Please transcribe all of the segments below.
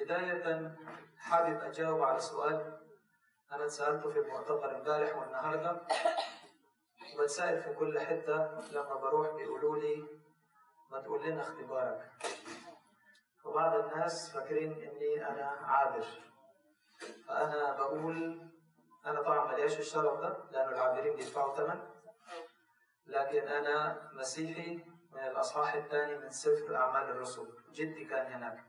بداية حابب أجاوب على سؤال أنا اتسألته في المؤتمر امبارح والنهاردة، وبتسأل في كل حتة لما بروح بيقولوا لي ما تقول لنا اختبارك. وبعض الناس فاكرين إني أنا عابر، فأنا بقول أنا طبعا ملياش الشرف ده لأنه العابرين بيدفعوا ثمن، لكن أنا مسيحي من الأصحاح الثاني من سفر أعمال الرسل. جدي كان هناك،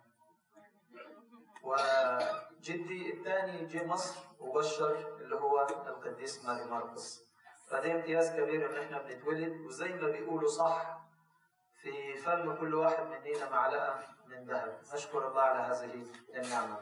وجدي الثاني جه مصر وبشر اللي هو القديس ماري ماركوس. فده امتياز كبير ان احنا بنتولد، وزي ما بيقولوا صح في فم كل واحد مننا معلقه من ذهب. نشكر الله على هذه النعمه.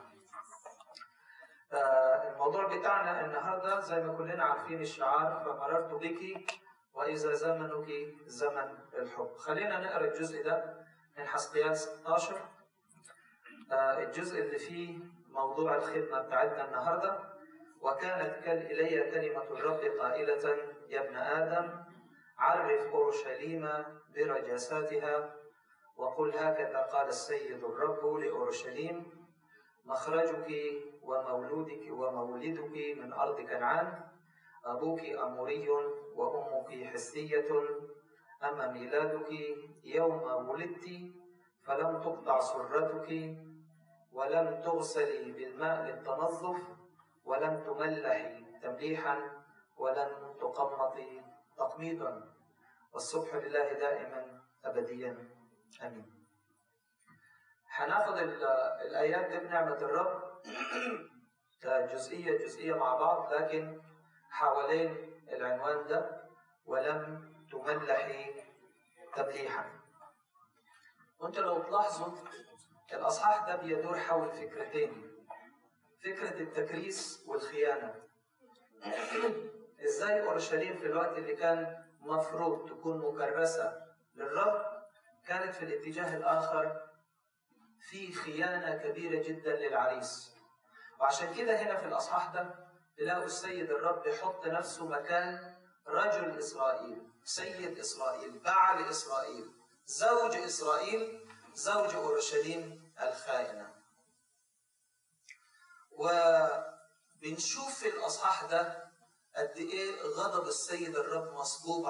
الموضوع بتاعنا النهارده زي ما كلنا عارفين الشعار فمررت بك واذا زمنك زمن الحب. خلينا نقرا الجزء ده من حزقيال 16، الجزء اللي فيه موضوع الخدمة بتاعتنا النهاردة. وكانت إلي كلمة الرب قائلة يا ابن آدم عرف أورشليم برجاساتها وقل هكذا قال السيد الرب لأورشليم مخرجك ومولدك من أرض كنعان، أبوك أموري وأمك حسية، أما ميلادك يوم ولدت فلم تقطع سرتك ولم تغسلي بالماء للتنظف ولم تملحي تمليحا ولم تقمطي تقميطا، والسبح لله دائما أبديا آمين. هناخد الآيات دي بنعمة الرب جزئية مع بعض، لكن حوالين العنوان ده ولم تملحي تمليحا. وانت لو تلاحظوا الأصحاح ده بيدور حول فكرتين، فكرة التكريس والخيانة. إزاي أورشليم في الوقت اللي كان مفروض تكون مكرسة للرب كانت في الاتجاه الآخر في خيانة كبيرة جدا للعريس. وعشان كده هنا في الأصحاح ده تلاقوا السيد الرب يحط نفسه مكان رجل إسرائيل، سيد إسرائيل، بعل إسرائيل، زوج إسرائيل، زوج أورشليم الخائنة. وبنشوف في الأصحاح ده قد إيه غضب السيد الرب مصبوب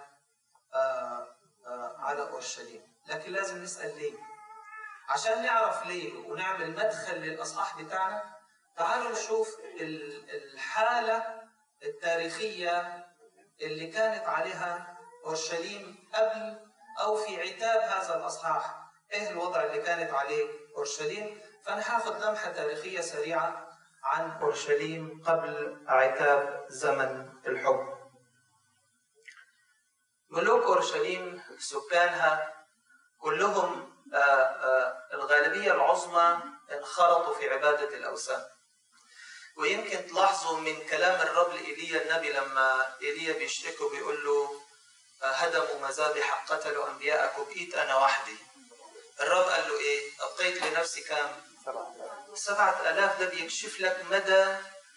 على أورشليم. لكن لازم نسأل ليه؟ عشان نعرف ليه ونعمل مدخل للأصحاح بتاعنا تعالوا نشوف الحالة التاريخية اللي كانت عليها أورشليم قبل أو في عتاب هذا الأصحاح. إيه الوضع اللي كانت عليه أورشليم؟ فأنا هاخد لمحة تاريخية سريعة عن أورشليم قبل عتاب زمن الحب. ملوك أورشليم سكانها كلهم الغالبية العظمى انخرطوا في عبادة الأوثان. ويمكن تلاحظوا من كلام الرب لإيليا النبي لما إيليا بيشتكوا بيقول له هدموا مذابح قتلوا أنبياءك وبقيت أنا وحدي. الرب قال له إيه؟ أبقيت لنفسي كام؟ 7000. ده بيكشف لك مدى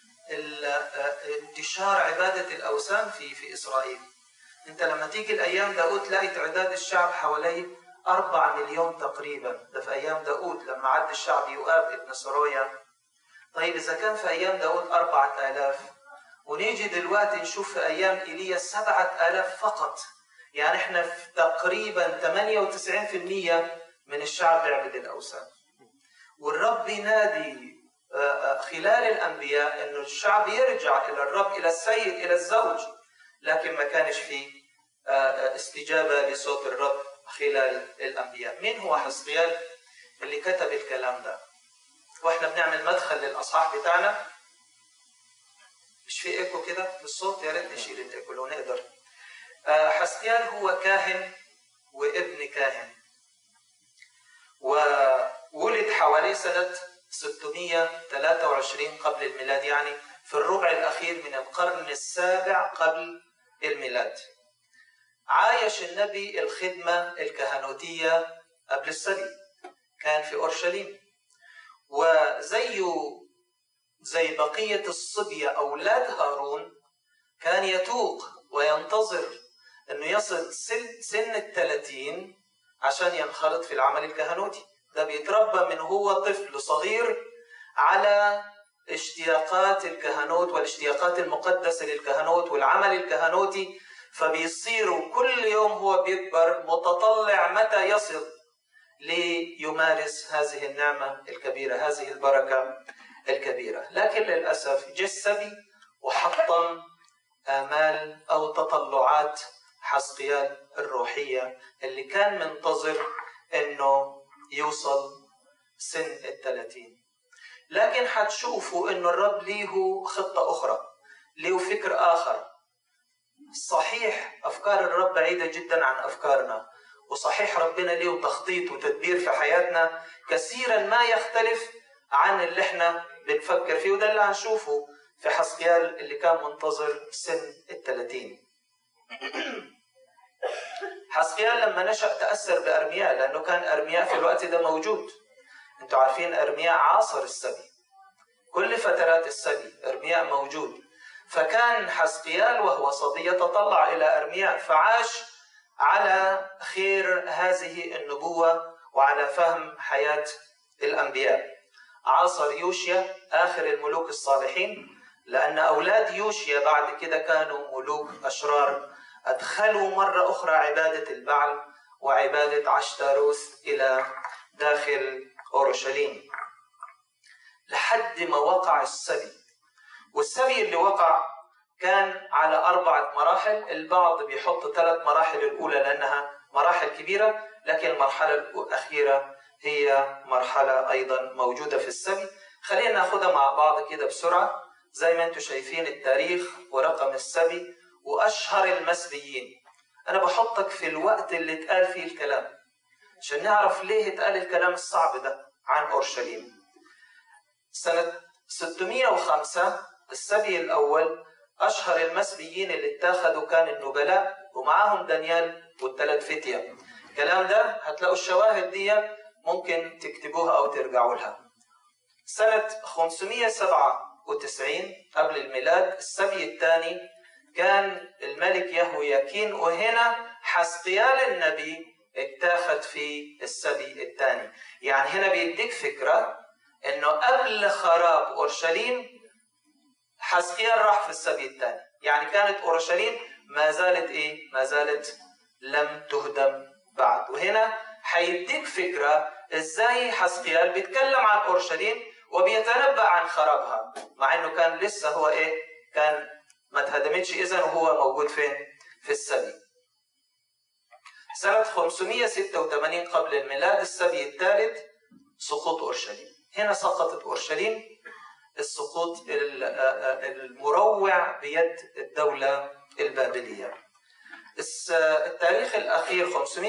انتشار عبادة الأوثان في إسرائيل. أنت لما تيجي الأيام داود تلاقي تعداد الشعب حوالي 4 مليون تقريبا. ده في أيام داود لما عد الشعب يؤاب ابن سرويا. طيب إذا كان في أيام داود 4000 ونيجي دلوقتي نشوف في أيام إيليا 7000 فقط، يعني إحنا في تقريبا 98% من الشعب بيعبد الأوثان. والرب ينادي خلال الأنبياء إنه الشعب يرجع إلى الرب، إلى السيد، إلى الزوج، لكن ما كانش فيه استجابة لصوت الرب خلال الأنبياء. مين هو حزقيال اللي كتب الكلام ده؟ وإحنا بنعمل مدخل للأصحاح بتاعنا. مش في إيكو كده بالصوت؟ يا ريت نشيل الإيكو لو نقدر. حزقيال هو كاهن وابن كاهن، وولد حوالي سنة 623 قبل الميلاد، يعني في الربع الأخير من القرن السابع قبل الميلاد. عايش النبي الخدمة الكهنوتية قبل الصليب، كان في أورشليم، وزيه زي بقية الصبية أولاد هارون كان يتوق وينتظر أنه يصل سن 30 عشان ينخرط في العمل الكهنوتي. ده بيتربى من هو طفل صغير على اشتياقات الكهنوت والاشتياقات المقدسة للكهنوت والعمل الكهنوتي، فبيصير كل يوم هو بيكبر متطلع متى يصل ليمارس هذه النعمة الكبيرة، هذه البركة الكبيرة. لكن للأسف جه السبي وحطم آمال أو تطلعات حزقيال الروحية اللي كان منتظر أنه يوصل سن 30. لكن حتشوفوا أنه الرب ليه خطة أخرى، ليه فكر آخر. صحيح أفكار الرب بعيدة جدا عن أفكارنا، وصحيح ربنا ليه تخطيط وتدبير في حياتنا كثيرا ما يختلف عن اللي احنا بنفكر فيه، وده اللي هنشوفه في حزقيال اللي كان منتظر سن 30. حزقيال لما نشأ تأثر بأرمياء، لأنه كان أرمياء في الوقت ده موجود. انتوا عارفين أرمياء عاصر السبي، كل فترات السبي أرمياء موجود. فكان حزقيال وهو صبي يتطلع إلى أرمياء، فعاش على خير هذه النبوة وعلى فهم حياة الأنبياء. عاصر يوشيا آخر الملوك الصالحين، لأن أولاد يوشيا بعد كده كانوا ملوك أشرار، أدخلوا مرة أخرى عبادة البعل وعبادة عشتاروث إلى داخل أورشليم لحد ما وقع السبي. والسبي اللي وقع كان على 4 مراحل. البعض بيحط 3 مراحل الأولى لأنها مراحل كبيرة، لكن المرحلة الأخيرة هي مرحلة أيضا موجودة في السبي. خلينا ناخدها مع بعض كده بسرعة. زي ما انتم شايفين التاريخ ورقم السبي وأشهر المسبيين. أنا بحطك في الوقت اللي اتقال فيه الكلام عشان نعرف ليه اتقال الكلام الصعب ده عن أورشليم. سنة 605 السبي الأول، أشهر المسبيين اللي اتاخدوا كان النبلاء ومعاهم دانيال وال3 فتية. الكلام ده هتلاقوا الشواهد دي ممكن تكتبوها أو ترجعوا لها. سنة 597 قبل الميلاد السبي الثاني كان الملك يهوياكين، وهنا حزقيال النبي اتاخد في السبي الثاني. يعني هنا بيديك فكرة انه قبل خراب اورشليم حزقيال راح في السبي الثاني، يعني كانت اورشليم ما زالت ما زالت لم تهدم بعد. وهنا حيديك فكرة ازاي حزقيال بيتكلم عن اورشليم وبيتنبأ عن خرابها، مع انه كان لسه هو كان ما اتهدمتش اذا وهو موجود فين؟ في السبي. سنة 586 قبل الميلاد السبي الثالث، سقوط اورشليم. هنا سقطت اورشليم السقوط المروع بيد الدولة البابلية. التاريخ الأخير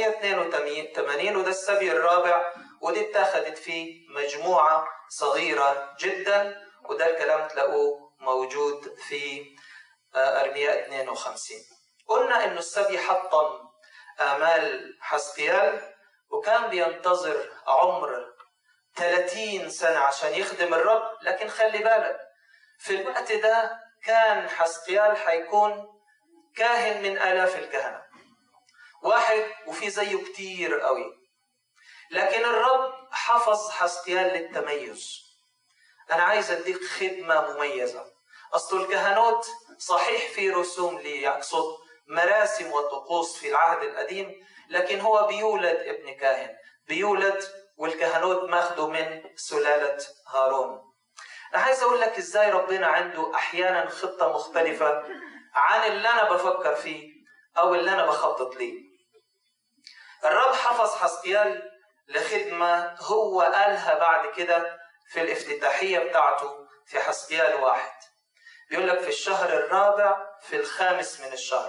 582 وده السبي الرابع، ودي اتاخدت فيه مجموعة صغيرة جدا، وده الكلام تلاقوه موجود في أرمياء 52. قلنا إنه السبي حطم آمال حزقيال، وكان بينتظر عمر 30 سنة عشان يخدم الرب. لكن خلي بالك في الوقت ده كان حزقيال حيكون كاهن من آلاف الكهنة، واحد وفي زيه كتير قوي. لكن الرب حفظ حزقيال للتميز. أنا عايز أديك خدمة مميزة. أصل الكهنوت صحيح في رسوم ليقصد مراسم وطقوس في العهد القديم، لكن هو بيولد ابن كاهن، بيولد، والكهنوت ماخده من سلالة هارون. أنا عايز أقول لك إزاي ربنا عنده أحيانا خطة مختلفة عن اللي أنا بفكر فيه أو اللي أنا بخطط ليه. الرب حفظ حزقيال لخدمة هو قالها بعد كده في الافتتاحية بتاعته في حزقيال 1. بيقول لك في الشهر الرابع في الخامس من الشهر.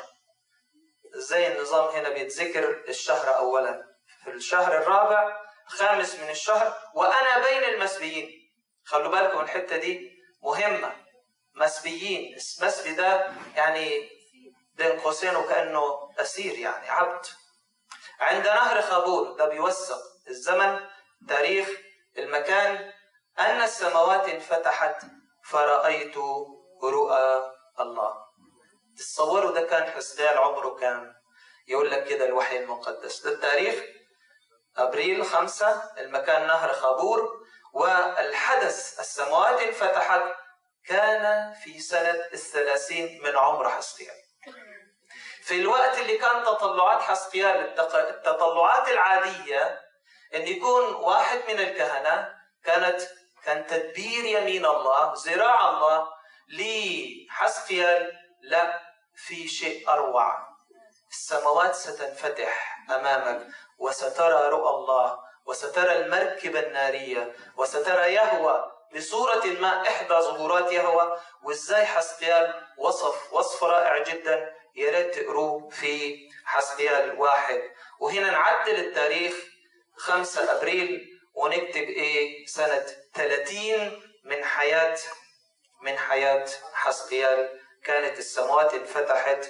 زي النظام هنا بيتذكر الشهر أولا في الشهر الرابع خامس من الشهر، وأنا بين المسبيين. خلوا بالكم الحتة دي مهمة. مسبيين، مسبي ده يعني بين قوسين وكأنه أسير، يعني عبد. عند نهر خابور، ده بيوثق الزمن، تاريخ، المكان. أن السماوات انفتحت فرأيت رؤى الله. تصوروا ده كان حزقيال عمره كام؟ يقول لك كده الوحي المقدس ده التاريخ أبريل 5 المكان نهر خابور، والحدث السماوات انفتحت كان في سنة 30 من عمر حسقيال. في الوقت اللي كان تطلعات حسقيال التطلعات العادية أن يكون واحد من الكهنة كان تدبير يمين الله، زراع الله لحسقيال. لا، في شيء أروع، السماوات ستنفتح أمامك وسترى رؤى الله وسترى المركبة النارية وسترى يهوه بصورة ما، إحدى ظهورات يهوه. وإزاي حسقيال وصف رائع جدا، يا ريت تقروه في حسقيال 1. وهنا نعدل التاريخ 5 أبريل ونكتب سنة 30 من حياة حسقيال. كانت السماوات انفتحت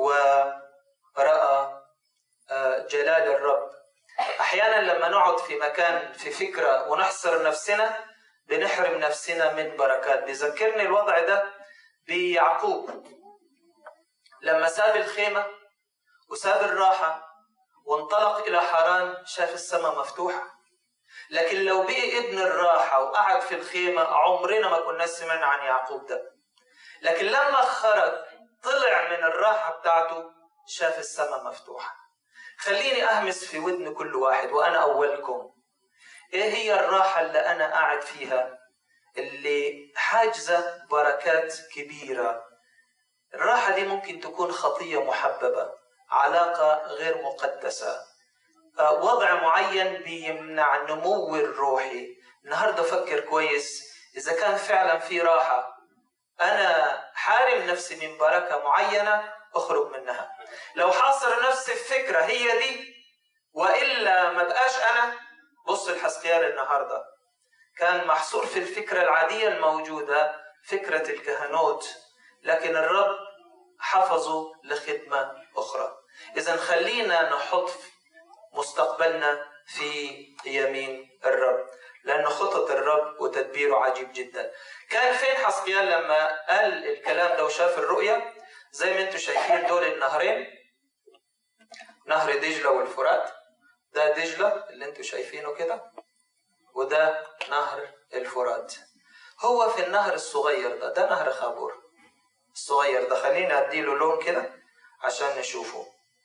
ورأى جلال الرب. أحيانا لما نقعد في مكان في فكرة ونحصر نفسنا بنحرم نفسنا من بركات. بيذكرني الوضع ده بيعقوب لما ساب الخيمة وساب الراحة وانطلق إلى حران، شاف السماء مفتوحة. لكن لو بقي ابن الراحة وقعد في الخيمة عمرنا ما كنا سمعنا عن يعقوب ده. لكن لما خرج طلع من الراحة بتاعته شاف السماء مفتوحة. خليني أهمس في ودن كل واحد وأنا أولكم، إيه هي الراحة اللي أنا قاعد فيها اللي حاجزة بركات كبيرة؟ الراحة دي ممكن تكون خطية محببة، علاقة غير مقدسة، وضع معين بيمنع النمو الروحي. النهاردة فكر كويس، إذا كان فعلا في راحة أنا حارم نفسي من بركة معينة أخرج منها. لو حاصر نفسي في فكرة هي دي وإلا ما بقاش أنا. بص الحسقيال النهاردة كان محصور في الفكرة العادية الموجودة، فكرة الكهنوت، لكن الرب حفظه لخدمة أخرى. إذن خلينا نحط مستقبلنا في يمين الرب، لأن خطة الرب وتدبيره عجيب جدا. كان فين حسقيال لما قال الكلام ده وشاف الرؤية؟ زي ما انتم شايفين دول النهرين، نهر دجلة والفرات. ده دجلة اللي انتم شايفينه كده، وده نهر الفرات. هو في النهر الصغير ده نهر خابور الصغير ده. خلينا اديله لون كده عشان نشوفه.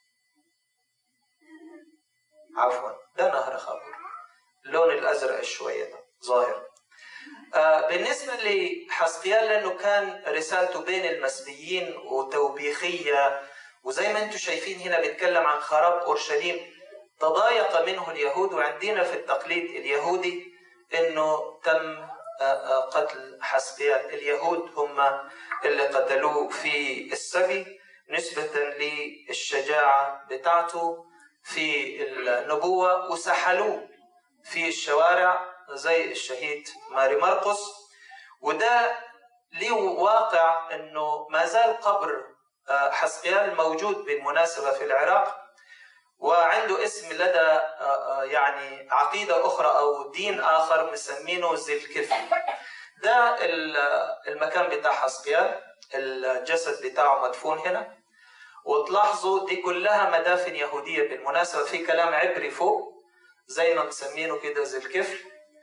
عفوا، ده نهر خابور، اللون الازرق شوية ده ظاهر. بالنسبة لحسقيال لأنه كان رسالته بين المسبيين وتوبيخية، وزي ما انتم شايفين هنا بيتكلم عن خراب أورشليم، تضايق منه اليهود. وعندنا في التقليد اليهودي أنه تم قتل حسقيال. اليهود هم اللي قتلوه في السبي نسبة للشجاعة بتاعته في النبوة، وسحلوه في الشوارع زي الشهيد ماري مرقس. وده ليه واقع أنه ما زال قبر حسقيال موجود بالمناسبة في العراق، وعنده اسم لدى يعني عقيدة أخرى أو دين آخر مسمينه ذي الكفل. ده المكان بتاع حسقيال، الجسد بتاعه مدفون هنا. وتلاحظوا دي كلها مدافن يهودية بالمناسبة، في كلام عبري فوق زي ما مسمينه كده ذي الكفل.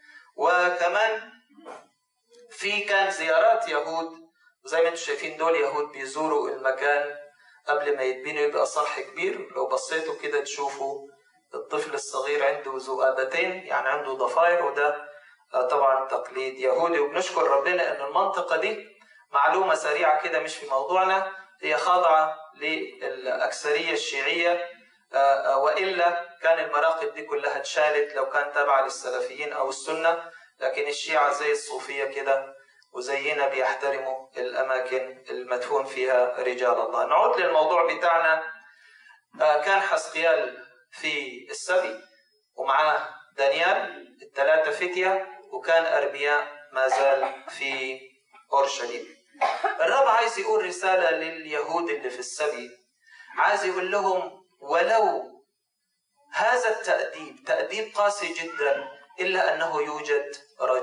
وكمان في كان زيارات يهود، زي ما انتم شايفين دول يهود بيزوروا المكان قبل ما يتبنوا يبقى سطح كبير. لو بصيتوا كده تشوفوا الطفل الصغير عنده ذؤابتين، يعني عنده ضفائر، وده طبعا تقليد يهودي. وبنشكر ربنا ان المنطقة دي، معلومة سريعة كده مش في موضوعنا، هي خاضعة للأكثرية الشيعية، وإلا كان المراقد دي كلها اتشالت لو كان تابعة للسلفيين أو السنة. لكن الشيعة زي الصوفية كده وزينا بيحترموا الأماكن المدفون فيها رجال الله. نعود للموضوع بتاعنا. كان حسقيال في السبي ومعاه دانيال الثلاثة فتية، وكان أرميا ما زال في أورشليم. الرب عايز يقول رسالة لليهود اللي في السبي، عايز يقول لهم ولو هذا التأديب تأديب قاسي جدا، إلا أنه يوجد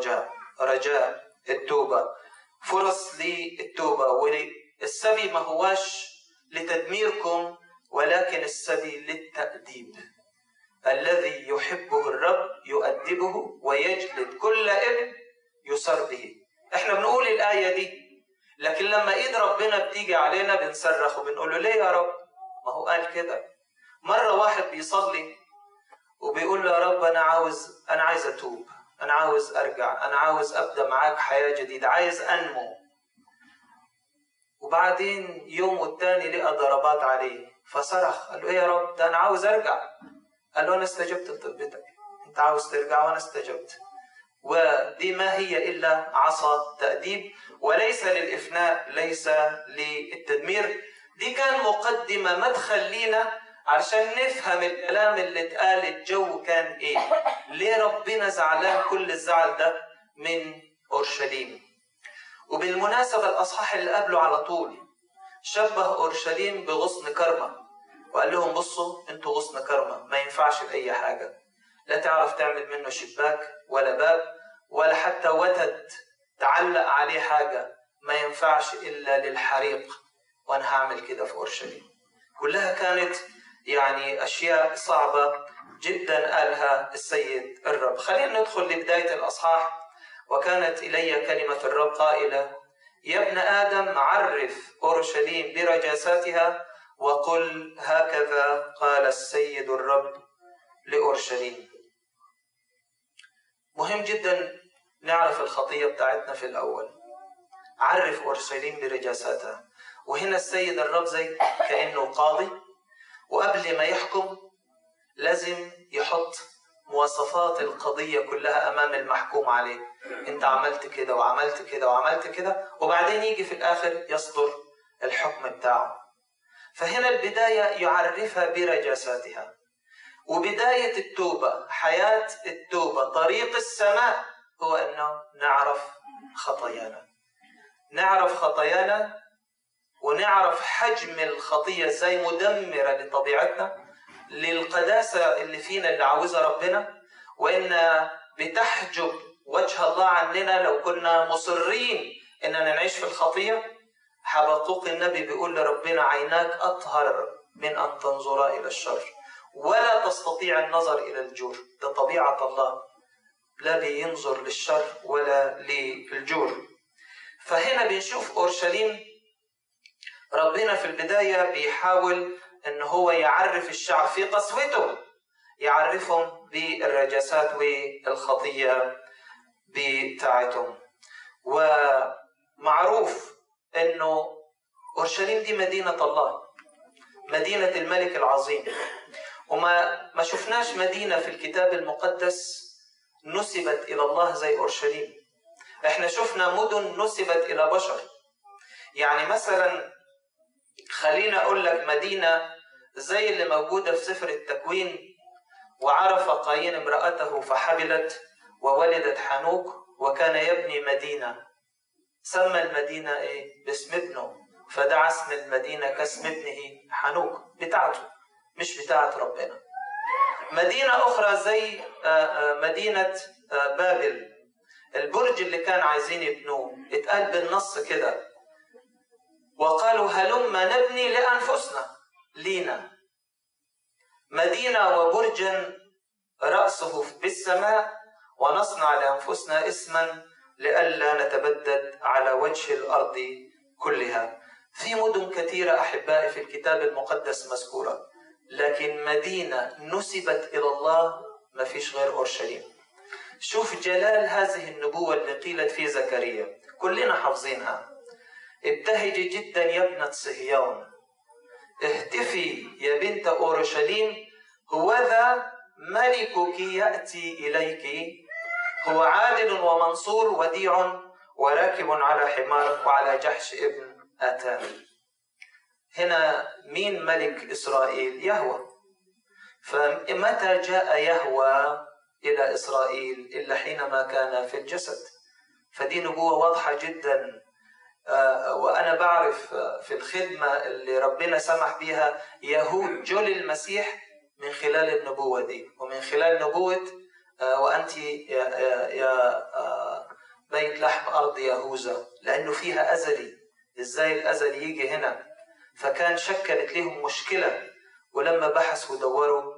رجاء التوبة، فرص للتوبة. والسبي ما هواش لتدميركم، ولكن السبي للتأديب. الذي يحبه الرب يؤدبه ويجلد كل ابن يسر به. احنا بنقول الآية دي، لكن لما ايد ربنا بتيجي علينا بنصرخ وبنقول له ليه يا رب؟ ما هو قال كده. مرة واحد بيصلي وبيقول له يا رب أنا عايز أتوب، أنا عاوز أرجع، أنا عاوز أبدأ معاك حياة جديدة، عايز أنمو. وبعدين يوم والتاني لقى ضربات عليه فصرخ، قال له إيه يا رب؟ ده أنا عاوز أرجع. قال له أنا استجبت لطلبتك، أنت عاوز ترجع وأنا استجبت. ودي ما هي إلا عصا تأديب، وليس للإفناء، ليس للتدمير. دي كان مقدمة مدخل لينا علشان نفهم الكلام اللي اتقال. الجو كان إيه؟ ليه ربنا زعلان كل الزعل ده من أورشليم؟ وبالمناسبة الأصحاح اللي قبله على طول شبه أورشليم بغصن كرمة، وقال لهم بصوا انتوا غصن كرمة ما ينفعش لأي حاجة، لا تعرف تعمل منه شباك ولا باب ولا حتى وتد تعلق عليه حاجة، ما ينفعش إلا للحريق، وأنا هعمل كده في أورشليم. كلها كانت يعني أشياء صعبة جدا قالها السيد الرب. خلينا ندخل لبداية الأصحاح. وكانت إلي كلمة الرب قائلة يا ابن آدم عرف أورشليم برجاساتها وقل هكذا قال السيد الرب لأورشليم. مهم جدا نعرف الخطية بتاعتنا في الأول. عرف أورشليم برجاساتها. وهنا السيد الرب زي كأنه قاضي، وقبل ما يحكم لازم يحط مواصفات القضية كلها أمام المحكوم عليه. أنت عملت كده وعملت كده وعملت كده، وبعدين يجي في الآخر يصدر الحكم بتاعه. فهنا البداية يعرفها برجاساتها. وبداية التوبة، حياة التوبة، طريق السماء هو أنه نعرف خطايانا. نعرف خطايانا ونعرف حجم الخطية ازاي مدمرة لطبيعتنا، للقداسة اللي فينا اللي عاوزها ربنا، وإن بتحجب وجه الله عننا لو كنا مصرين إننا نعيش في الخطية. حبقوق النبي بيقول لربنا عيناك أطهر من أن تنظر إلى الشر ولا تستطيع النظر إلى الجور. ده طبيعة الله، لا بينظر للشر ولا للجور. فهنا بنشوف أورشليم ربنا في البداية بيحاول أن هو يعرف الشعب في قسوته، يعرفهم بالرجاسات والخطية بتاعتهم. ومعروف أنه أورشليم دي مدينة الله، مدينة الملك العظيم. وما شفناش مدينة في الكتاب المقدس نسبت إلى الله زي أورشليم. احنا شفنا مدن نسبت إلى بشر. يعني مثلا خلينا أقول لك مدينة زي اللي موجودة في سفر التكوين، وعرف قايين امرأته فحبلت وولدت حنوك وكان يبني مدينة، سمى المدينة إيه؟ باسم ابنه، فدعا اسم المدينة كاسم ابنه حنوك، بتاعته مش بتاعت ربنا. مدينة أخرى زي مدينة بابل، البرج اللي كان عايزين يبنوه اتقال بالنص كده وقالوا هلما نبني لأنفسنا لينا مدينة وبرجا رأسه بالسماء ونصنع لأنفسنا اسما لئلا نتبدد على وجه الأرض كلها. في مدن كثيرة أحبائي في الكتاب المقدس مذكورة، لكن مدينة نسبت إلى الله ما فيش غير أورشليم. شوف جلال هذه النبوة اللي قيلت في زكريا، كلنا حافظينها. ابتهجي جدا يا ابنة صهيون، اهتفي يا بنت أورشليم، هوذا ملكك يأتي إليك، هو عادل ومنصور وديع وراكب على حمار وعلى جحش ابن آتان. هنا مين ملك إسرائيل؟ يهوه. فمتى جاء يهوه إلى إسرائيل إلا حينما كان في الجسد. فدي نبوة واضحة جدا. وأنا بعرف في الخدمة اللي ربنا سمح بيها يهود جل المسيح من خلال النبوة دي، ومن خلال نبوة وأنت يا بيت لحم أرض يهوذا، لأنه فيها أزلي. إزاي الأزلي يجي هنا؟ فكان شكلت لهم مشكلة، ولما بحثوا ودوروا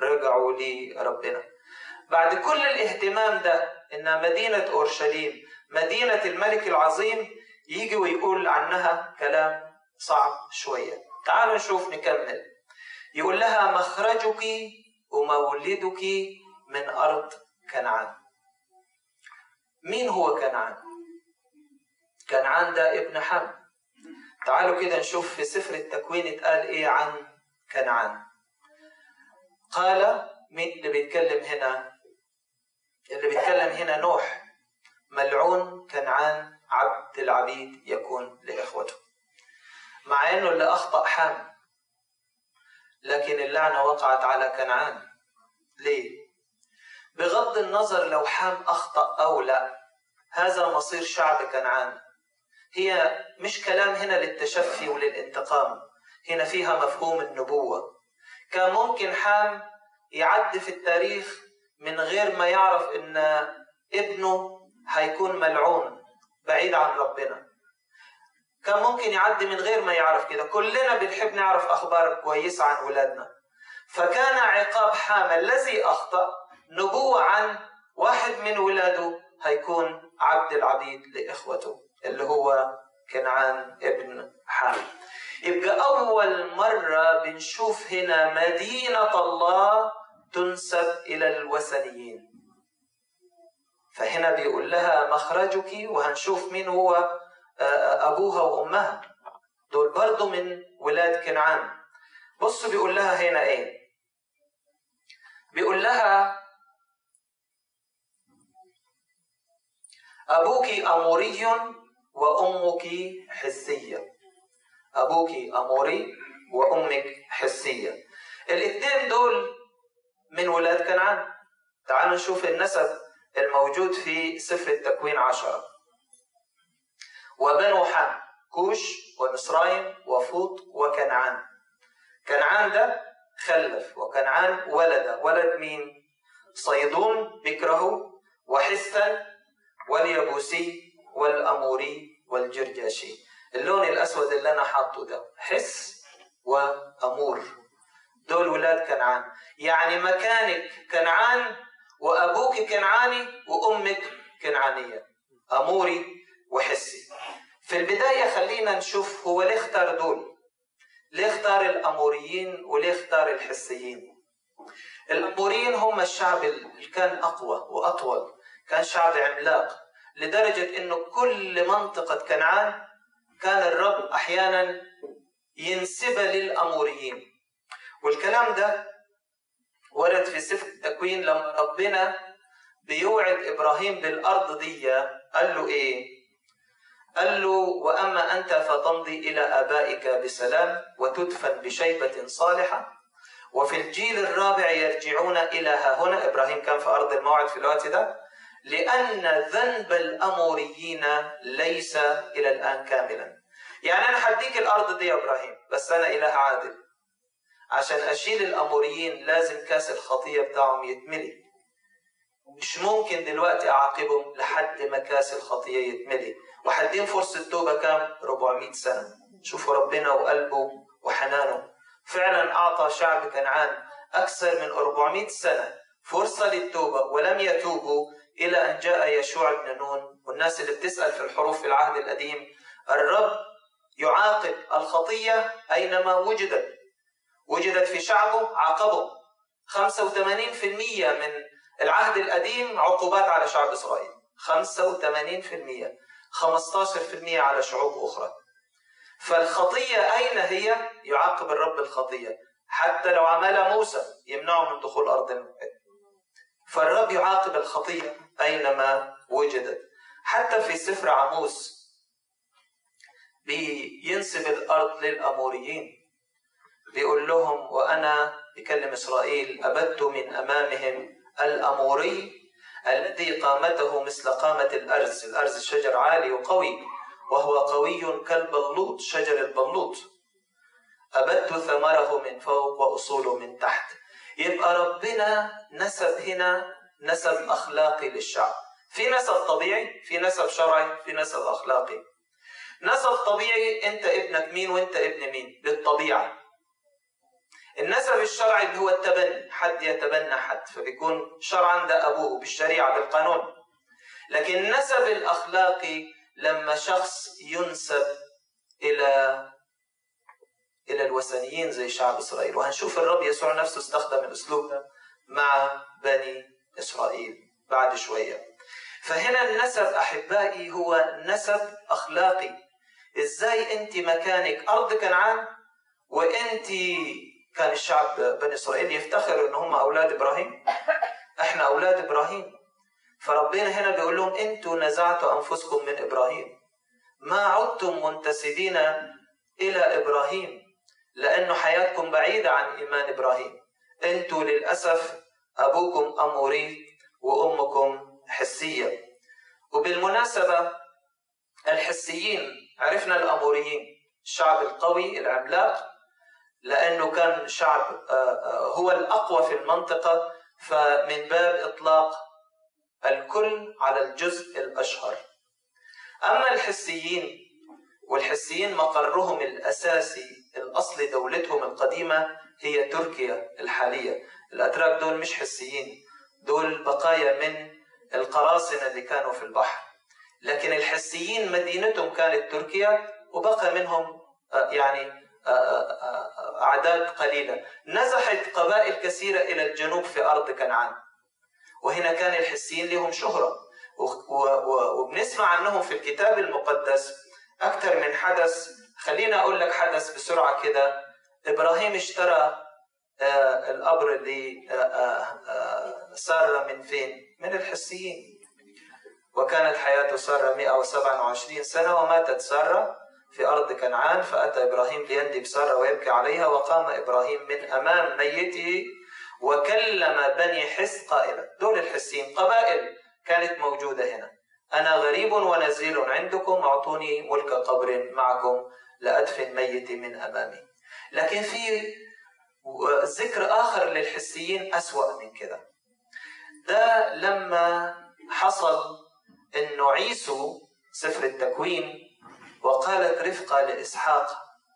رجعوا لربنا. بعد كل الاهتمام ده إن مدينة أورشليم مدينة الملك العظيم، يجي ويقول عنها كلام صعب شوية. تعالوا نشوف نكمل. يقول لها مخرجك ومولدك من أرض كنعان. مين هو كنعان؟ كنعان ده ابن حم. تعالوا كده نشوف في سفر التكوين اتقال ايه عن كنعان. قال مين اللي بيتكلم هنا؟ اللي بيتكلم هنا نوح. ملعون كنعان عبد العبيد يكون لإخوته. مع انه اللي اخطأ حام، لكن اللعنة وقعت على كنعان. ليه؟ بغض النظر لو حام اخطأ او لا، هذا مصير شعب كنعان. هي مش كلام هنا للتشفي وللانتقام، هنا فيها مفهوم النبوة. كان ممكن حام يعدي في التاريخ من غير ما يعرف ان ابنه هيكون ملعون بعيد عن ربنا. كان ممكن يعدي من غير ما يعرف كده. كلنا بنحب نعرف أخبار كويسة عن أولادنا. فكان عقاب حام الذي أخطأ نبوة عن واحد من ولاده هيكون عبد العبيد لإخوته، اللي هو كنعان ابن حام. يبقى أول مرة بنشوف هنا مدينة الله تنسب إلى الوثنيين. فهنا بيقول لها مخرجك، وهنشوف مين هو أبوها وأمها، دول برضو من ولاد كنعان. بصوا بيقول لها هنا إيه؟ بيقول لها أبوك أموري وأمك حسية. أبوك أموري وأمك حسية. الاثنين دول من ولاد كنعان. تعالوا نشوف النسب الموجود في سفر التكوين 10. وبنو حام كوش ومصرايم وفوط وكنعان. كنعان ده خلف، وكنعان ولد مين؟ صيدون بكره وحسا واليبوسي والأموري والجرجاشي. اللون الأسود اللي أنا حاطه ده حس وأمور، دول ولاد كنعان. يعني مكانك كنعان، وأبوك كنعاني وأمك كنعانية، أموري وحسي. في البداية خلينا نشوف هو ليه اختار دول، ليه اختار الأموريين وليه اختار الحسيين. الأموريين هم الشعب اللي كان أقوى وأطول، كان شعب عملاق، لدرجة أنه كل منطقة كنعان كان الرب أحيانا ينسبها للأموريين. والكلام ده ورد في سفر التكوين لما ربنا بيوعد إبراهيم بالأرض دي. قال له إيه؟ قال له وأما أنت فتمضي إلى آبائك بسلام وتدفن بشيبة صالحة، وفي الجيل الرابع يرجعون إلى ها هنا. إبراهيم كان في أرض الموعد في الوقت ده. لأن ذنب الأموريين ليس إلى الآن كاملا. يعني أنا هديك الأرض دي يا إبراهيم، بس أنا إله عادل. عشان أشيل الأموريين لازم كاس الخطية بتاعهم يتملي. مش ممكن دلوقتي أعاقبهم لحد ما كاس الخطية يتملي. وحدين فرصة توبة كام؟ 400 سنة. شوفوا ربنا وقلبه وحنانه. فعلا أعطى شعب كنعان أكثر من 400 سنة فرصة للتوبة، ولم يتوبوا إلى أن جاء يشوع بن نون. والناس اللي بتسأل في الحروف في العهد القديم، الرب يعاقب الخطية أينما وجدت في شعبه عاقبه. 85% من العهد القديم عقوبات على شعب إسرائيل، 85%، 15% على شعوب أخرى. فالخطية أين هي؟ يعاقب الرب الخطية. حتى لو عملها موسى يمنعه من دخول أرض الموعد. فالرب يعاقب الخطية أينما وجدت. حتى في سفر عموس بينسب الأرض للأموريين، بيقول لهم وأنا بكلم إسرائيل أبدت من أمامهم الأموري الذي قامته مثل قامة الأرز. الأرز شجر عالي وقوي، وهو قوي كالبلوط، شجر البلوط. أبدت ثمره من فوق وأصوله من تحت. يبقى ربنا نسب هنا نسب أخلاقي للشعب. في نسب طبيعي، في نسب شرعي، في نسب أخلاقي. نسب طبيعي، أنت ابنك مين وأنت ابن مين بالطبيعة. النسب الشرعي اللي هو التبني، حد يتبنى حد فبيكون شرعا ده أبوه بالشريعة بالقانون. لكن النسب الأخلاقي لما شخص ينسب إلى الوثنيين زي شعب إسرائيل، وهنشوف الرب يسوع نفسه استخدم الأسلوب ده مع بني إسرائيل بعد شوية. فهنا النسب أحبائي هو نسب أخلاقي. إزاي أنت مكانك أرض كنعان، وأنت كان الشعب بني إسرائيل يفتخروا أن هم أولاد إبراهيم، إحنا أولاد إبراهيم. فربنا هنا بيقول لهم أنتوا نزعتوا أنفسكم من إبراهيم، ما عدتم منتسبين إلى إبراهيم، لأنه حياتكم بعيدة عن إيمان إبراهيم. أنتوا للأسف أبوكم أموري وأمكم حسية. وبالمناسبة الحسيين عرفنا الأموريين الشعب القوي العملاق، لأنه كان شعب هو الأقوى في المنطقة، فمن باب إطلاق الكل على الجزء الأشهر. أما الحسيين، والحسيين مقرهم الأساسي الأصل دولتهم القديمة هي تركيا الحالية. الأتراك دول مش حسيين، دول بقايا من القراصنة اللي كانوا في البحر. لكن الحسيين مدينتهم كانت تركيا، وبقى منهم يعني أعداد قليلة. نزحت قبائل كثيرة إلى الجنوب في أرض كنعان، وهنا كان الحسيين لهم شهرة، وبنسمع عنهم في الكتاب المقدس أكثر من حدث. خلينا أقول لك حدث بسرعة كده. إبراهيم اشترى القبر اللي سارة من فين؟ من الحسيين. وكانت حياة سارة 127 سنة، وماتت سارة في أرض كنعان. فأتى إبراهيم ليندب سارة ويبكي عليها، وقام إبراهيم من أمام ميته وكلم بني حس قائلا. دول الحسيين قبائل كانت موجودة هنا. أنا غريب ونزيل عندكم، أعطوني ملك قبر معكم لأدفن ميتي من أمامي. لكن في ذكر آخر للحسيين أسوأ من كده. ده لما حصل إنه عيسو سفر التكوين، وقالت رفقة لإسحاق: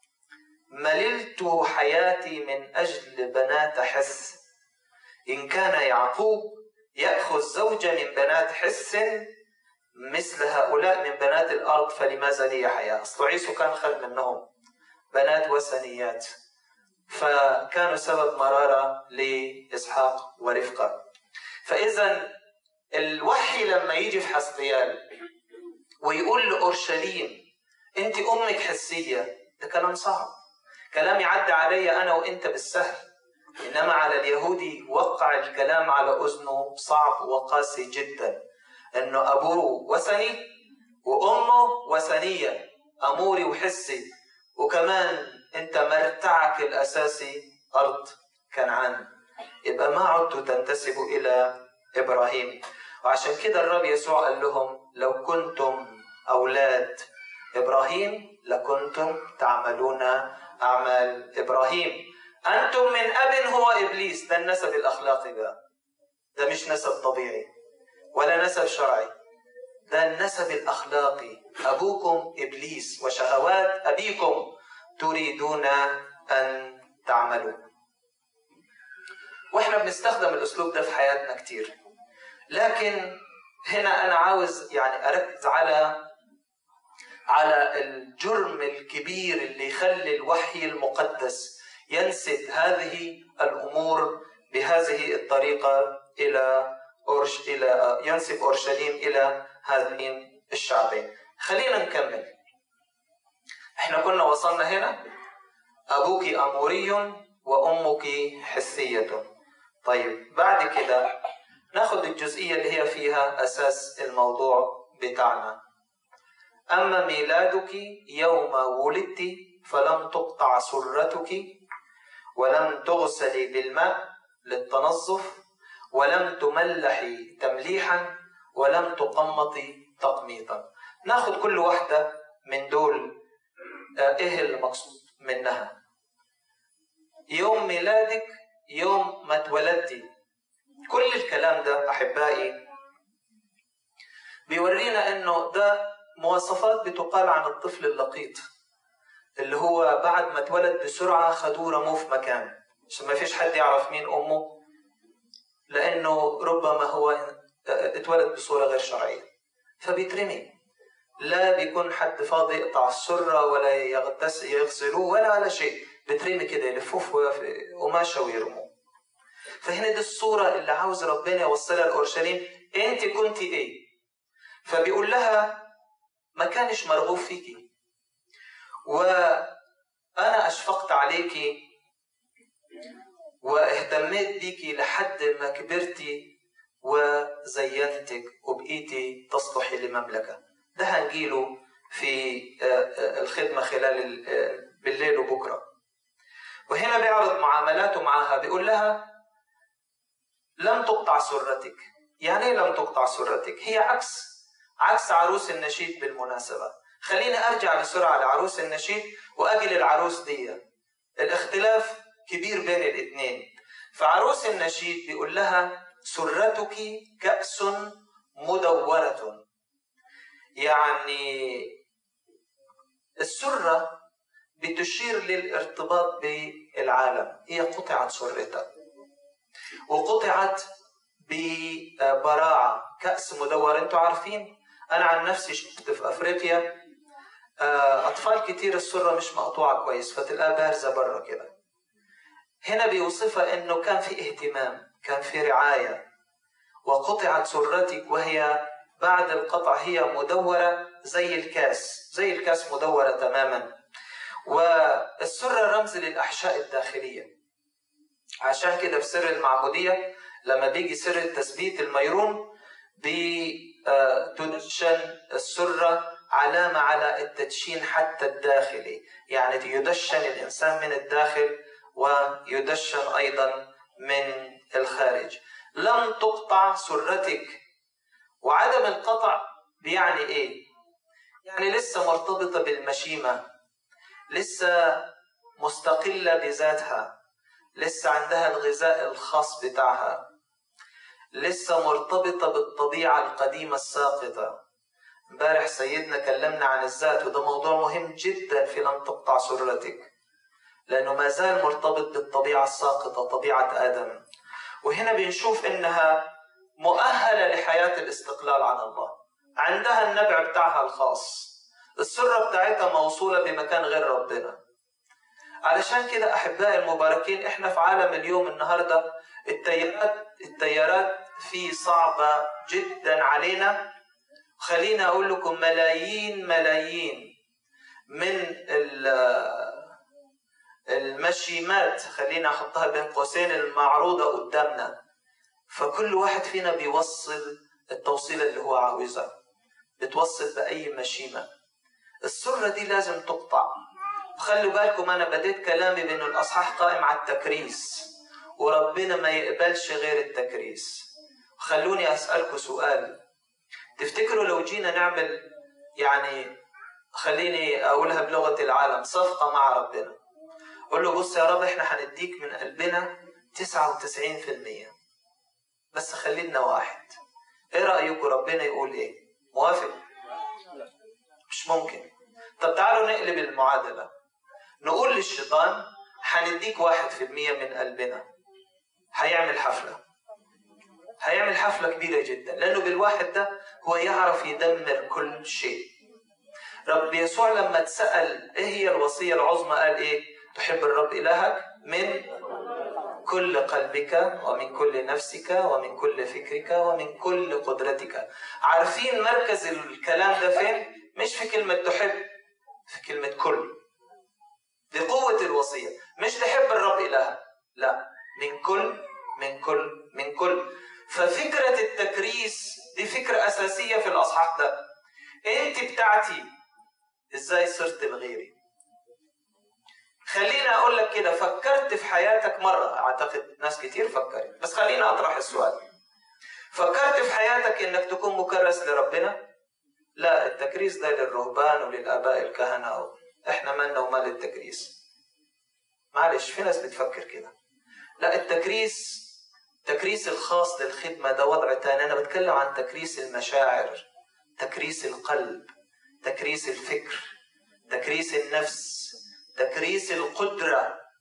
مللت حياتي من أجل بنات حس، إن كان يعقوب يأخذ زوجة من بنات حس مثل هؤلاء من بنات الأرض، فلماذا لي حياة؟ أصل عيسو كان خد منهم بنات وثنيات، فكانوا سبب مرارة لإسحاق ورفقة. فإذا الوحي لما يجي في حسقيال ويقول لأورشليم أنت أمك حسية، ده كلام صعب، كلام يعدي علي أنا وإنت بالسهل. إنما على اليهودي وقع الكلام على أذنه صعب وقاسي جدا، أنه أبوه وثني وأمه وثنية، أموري وحسي، وكمان أنت مرتعك الأساسي أرض كنعان، يبقى ما عدتوا تنتسبوا إلى إبراهيم. وعشان كده الرب يسوع قال لهم: لو كنتم أولاد إبراهيم لكنتم تعملون أعمال إبراهيم. أنتم من أب هو إبليس. ده النسب الأخلاقي بقى، ده مش نسب طبيعي ولا نسب شرعي، ده النسب الأخلاقي. أبوكم إبليس وشهوات أبيكم تريدون أن تعملوا. وإحنا بنستخدم الأسلوب ده في حياتنا كتير، لكن هنا أنا عاوز يعني أركز على الجرم الكبير اللي يخلي الوحي المقدس ينسب هذه الأمور بهذه الطريقة ينسب أورشليم إلى هذين الشعبين. خلينا نكمل. احنا كنا وصلنا هنا: أبوك أموري وأمك حسية. طيب بعد كده ناخد الجزئية اللي هي فيها أساس الموضوع بتاعنا. أما ميلادك يوم ولدت فلم تقطع سرتك، ولم تغسلي بالماء للتنظف، ولم تملحي تمليحا، ولم تقمطي تقميطا. ناخد كل واحدة من دول إيه المقصود منها. يوم ميلادك، يوم ما اتولدتي، كل الكلام ده أحبائي بيورينا أنه ده مواصفات بتقال عن الطفل اللقيط، اللي هو بعد ما اتولد بسرعة خدوه رموه في مكان. عشان ما فيش حد يعرف مين أمه، لأنه ربما هو اتولد بصورة غير شرعية فبيترمي. لا بيكون حد فاضي يقطع السرة ولا يغسلوه ولا شيء، بترمي كده يلفوه في قماشة ويرموه. فهنا دي الصورة اللي عاوز ربنا يوصلها لأورشليم، انت كنت ايه؟ فبيقول لها ما كانش مرغوب فيكي، وأنا أشفقت عليكي واهتميت بيكي لحد ما كبرتي وزينتك وبقيتي تصلحي لمملكة. ده هنجيله في الخدمة خلال بالليل وبكرة. وهنا بيعرض معاملاته معها، بيقول لها لم تقطع سرتك. يعني ايه لم تقطع سرتك؟ هي عكس عروس النشيد بالمناسبة. خليني أرجع بسرعة لعروس النشيد وأجي للعروس دي. الاختلاف كبير بين الاثنين. فعروس النشيد بيقول لها سرتك كأس مدورة. يعني السرة بتشير للارتباط بالعالم، هي قطعت سرتها وقطعت ببراعة. كأس مدور، انتوا عارفين أنا عن نفسي شفت في أفريقيا أطفال كتير السرة مش مقطوعة كويس فتلقاها بارزة برا كده. هنا بيوصفها إنه كان في اهتمام، كان في رعاية. وقطعت سرتك، وهي بعد القطع هي مدورة زي الكاس مدورة تماما. والسرة رمز للأحشاء الداخلية. عشان كده في سر المعمودية لما بيجي سر التثبيت الميرون بتدشن السرة، علامة على التدشين حتى الداخلي، يعني يدشن الإنسان من الداخل ويدشن أيضا من الخارج. لم تقطع سرتك. وعدم القطع بيعني إيه؟ يعني لسه مرتبطة بالمشيمة، لسه مستقلة بذاتها، لسه عندها الغذاء الخاص بتاعها، لسه مرتبطة بالطبيعة القديمة الساقطة. امبارح سيدنا كلمنا عن الذات، وده موضوع مهم جدا في لن تقطع سرتك، لأنه ما زال مرتبط بالطبيعة الساقطة، طبيعة آدم. وهنا بنشوف إنها مؤهلة لحياة الاستقلال عن الله، عندها النبع بتاعها الخاص، السرة بتاعتها موصولة بمكان غير ربنا. علشان كده أحبائي المباركين، إحنا في عالم اليوم النهاردة التيارات فيه صعبة جدا علينا. خلينا أقول لكم ملايين من المشيمات، خلينا أحطها بين قوسين، المعروضة قدامنا. فكل واحد فينا بيوصل التوصيل اللي هو عاوزها، بتوصل بأي مشيمة. السرة دي لازم تقطع. خلوا بالكم أنا بديت كلامي بأن الأصحاح قائم على التكريس، وربنا ما يقبلش غير التكريس. خلوني أسألكم سؤال. تفتكروا لو جينا نعمل، يعني خليني أقولها بلغة العالم، صفقة مع ربنا، قل له بص يا رب إحنا هنديك من قلبنا 99%، بس خلينا واحد. إيه رأيكم ربنا يقول إيه؟ موافق؟ مش ممكن. طب تعالوا نقلب المعادلة، نقول للشيطان هنديك 1% من قلبنا. هيعمل حفلة كبيرة جدا، لأنه بالواحد ده هو يعرف يدمر كل شيء. رب يسوع لما تسأل إيه هي الوصية العظمى قال إيه؟ تحب الرب إلهك من كل قلبك ومن كل نفسك ومن كل فكرك ومن كل قدرتك. عارفين مركز الكلام ده فين؟ مش في كلمة تحب، في كلمة كل. دي قوة الوصية، مش تحب الرب إلهك، لا، من كل. ففكرة التكريس دي فكرة أساسية في الأصحاح ده. أنت بتاعتي، إزاي صرت الغيري؟ خلينا أقول لك كده، فكرت في حياتك مرة؟ أعتقد ناس كتير فكرت، بس خلينا أطرح السؤال. فكرت في حياتك إنك تكون مكرس لربنا؟ لا، التكريس ده للرهبان وللآباء الكهنة، إحنا مالنا ومال التكريس. معلش، في ناس بتفكر كده. لا، التكريس الخاص للخدمة ده وضع تاني. أنا بتكلم عن تكريس المشاعر، تكريس القلب، تكريس الفكر، تكريس النفس، تكريس القدرة.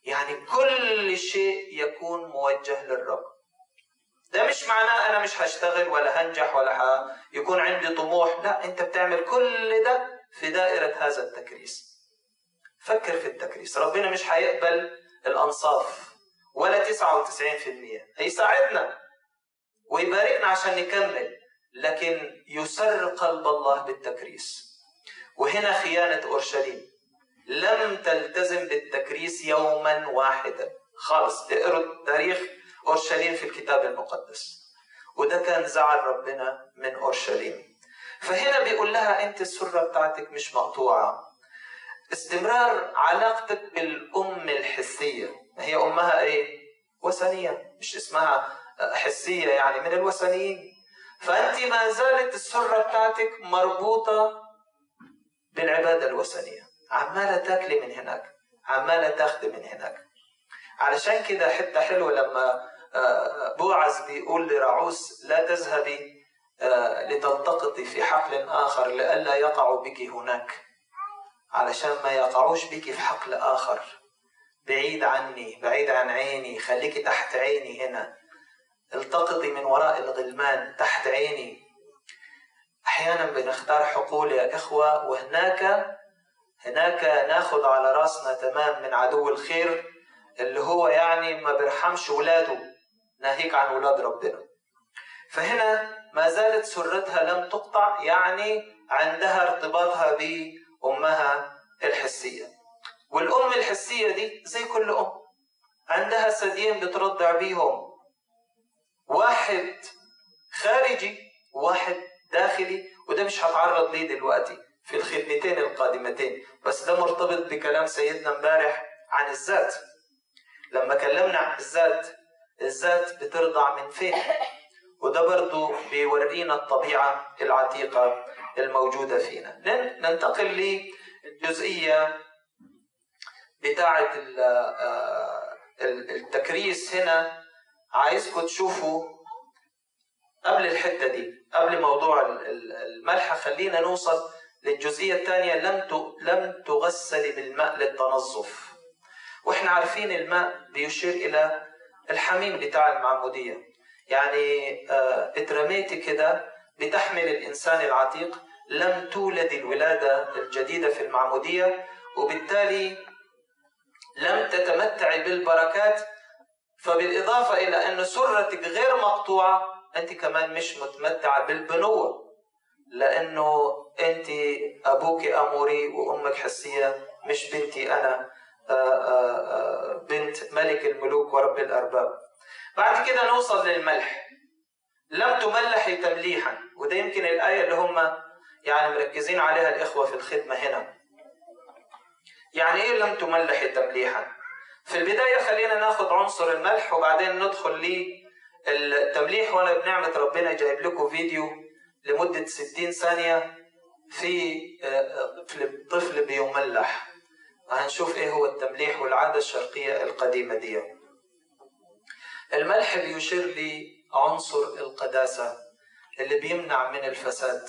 يعني كل شيء يكون موجه للرب. ده مش معناه أنا مش هشتغل ولا هنجح ولا يكون عندي طموح، لا، أنت بتعمل كل ده في دائرة هذا التكريس. فكر في التكريس. ربنا مش هيقبل الأنصاف ولا 99%، هيساعدنا ويباركنا عشان نكمل، لكن يسر قلب الله بالتكريس. وهنا خيانة أورشليم، لم تلتزم بالتكريس يوما واحدا خالص. اقروا تاريخ أورشليم في الكتاب المقدس، وده كان زعل ربنا من أورشليم. فهنا بيقول لها أنت السرة بتاعتك مش مقطوعة. استمرار علاقتك بالأم الحسية، هي أمها إيه؟ وثنية، مش اسمها حسية يعني من الوثنيين. فأنت ما زالت السرة بتاعتك مربوطة بالعبادة الوثنية، عمالة تاكلي من هناك، عمالة تاخدي من هناك. علشان كده حتة حلوة لما بوعز بيقول لرعوس لا تذهبي لتلتقطي في حقل آخر لئلا يقعوا بك هناك، علشان ما يقعوش بك في حقل آخر بعيد عني، بعيد عن عيني. خليكي تحت عيني هنا، التقطي من وراء الغلمان تحت عيني. أحيانا بنختار حقول يا إخوة، وهناك ناخد على راسنا تمام من عدو الخير اللي هو يعني ما بيرحمش ولاده، ناهيك عن ولاد ربنا. فهنا ما زالت سرتها لم تقطع، يعني عندها ارتباطها بأمها الحسية. والأم الحسية دي زي كل أم عندها ثديين بترضع بيهم، واحد خارجي وواحد داخلي، وده مش هتعرض ليه دلوقتي في الخدمتين القادمتين، بس ده مرتبط بكلام سيدنا امبارح عن الذات. لما كلمنا عن الذات بترضع من فين، وده برضو بيورينا الطبيعة العتيقة الموجودة فينا. ننتقل للجزئية بتاعة التكريس. هنا عايزكم تشوفوا قبل الحتة دي، قبل موضوع الملح، خلينا نوصل للجزئية الثانية، لم تغسل بالماء للتنظف. واحنا عارفين الماء بيشير إلى الحميم بتاع المعمودية، يعني اترميتي كده بتحمل الإنسان العتيق، لم تولد الولادة الجديدة في المعمودية، وبالتالي لم تتمتعي بالبركات. فبالإضافة إلى أن سرتك غير مقطوعة، أنت كمان مش متمتعة بالبنوة، لأنه أنت أبوك أموري وأمك حسية، مش بنتي أنا بنت ملك الملوك ورب الأرباب. بعد كده نوصل للملح. لم تملحي تمليحا، وده يمكن الآية اللي هم يعني مركزين عليها الإخوة في الخدمة هنا. يعني إيه لم تملحي تمليحا؟ في البداية خلينا ناخد عنصر الملح وبعدين ندخل للتمليح. وأنا بنعمة ربنا جايب لكم فيديو لمدة 60 ثانية في طفل بيملح. هنشوف إيه هو التمليح والعادة الشرقية القديمة دي. الملح بيشير لعنصر القداسة اللي بيمنع من الفساد.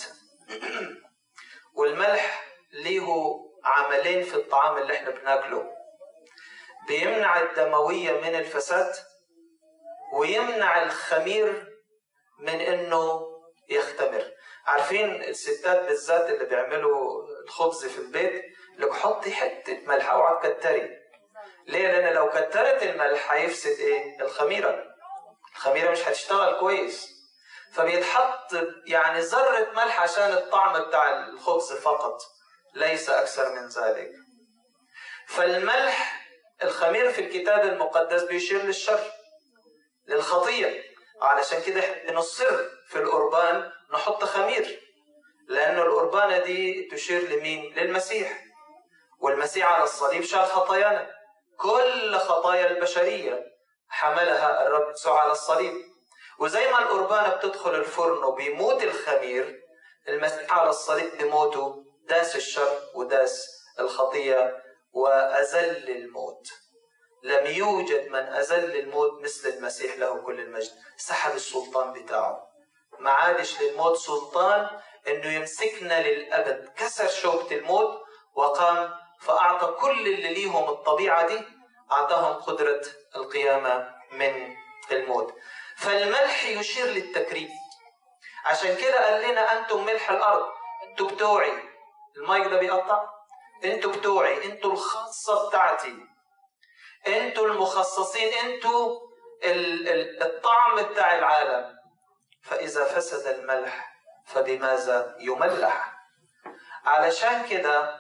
والملح ليه عملين في الطعام اللي احنا بناكله، بيمنع الدموية من الفساد، ويمنع الخمير من انه يختمر. عارفين الستات بالذات اللي بيعملوا الخبز في البيت، لك حطي حتة ملح اوعى تكتري. ليه؟ لان لو كترت الملح هيفسد ايه؟ الخميرة مش هتشتغل كويس. فبيتحط يعني ذرة ملح عشان الطعم بتاع الخبز فقط، ليس أكثر من ذلك. فالملح الخمير في الكتاب المقدس بيشير للشر، للخطية. علشان كده نصر في القربان نحط خمير، لأنه القربانة دي تشير لمين؟ للمسيح. والمسيح على الصليب شال خطايانا، كل خطايا البشرية حملها الرب يسوع على الصليب. وزي ما القربانة بتدخل الفرن وبيموت الخمير، المسيح على الصليب بموته داس الشر وداس الخطية وأزل الموت. لم يوجد من أزل الموت مثل المسيح له كل المجد. سحب السلطان بتاعه، ما عادش للموت سلطان انه يمسكنا للأبد. كسر شوكة الموت وقام، فأعطى كل اللي ليهم الطبيعة دي، أعطاهم قدرة القيامة من الموت. فالملح يشير للتكريم. عشان كده قال لنا أنتم ملح الأرض، أنتم بتوعي. المايك ده بيقطع. أنتم بتوعي، أنتم الخاصة بتاعتي، أنتم المخصصين، أنتم الطعم بتاع العالم. فإذا فسد الملح فبماذا يملح؟ علشان كده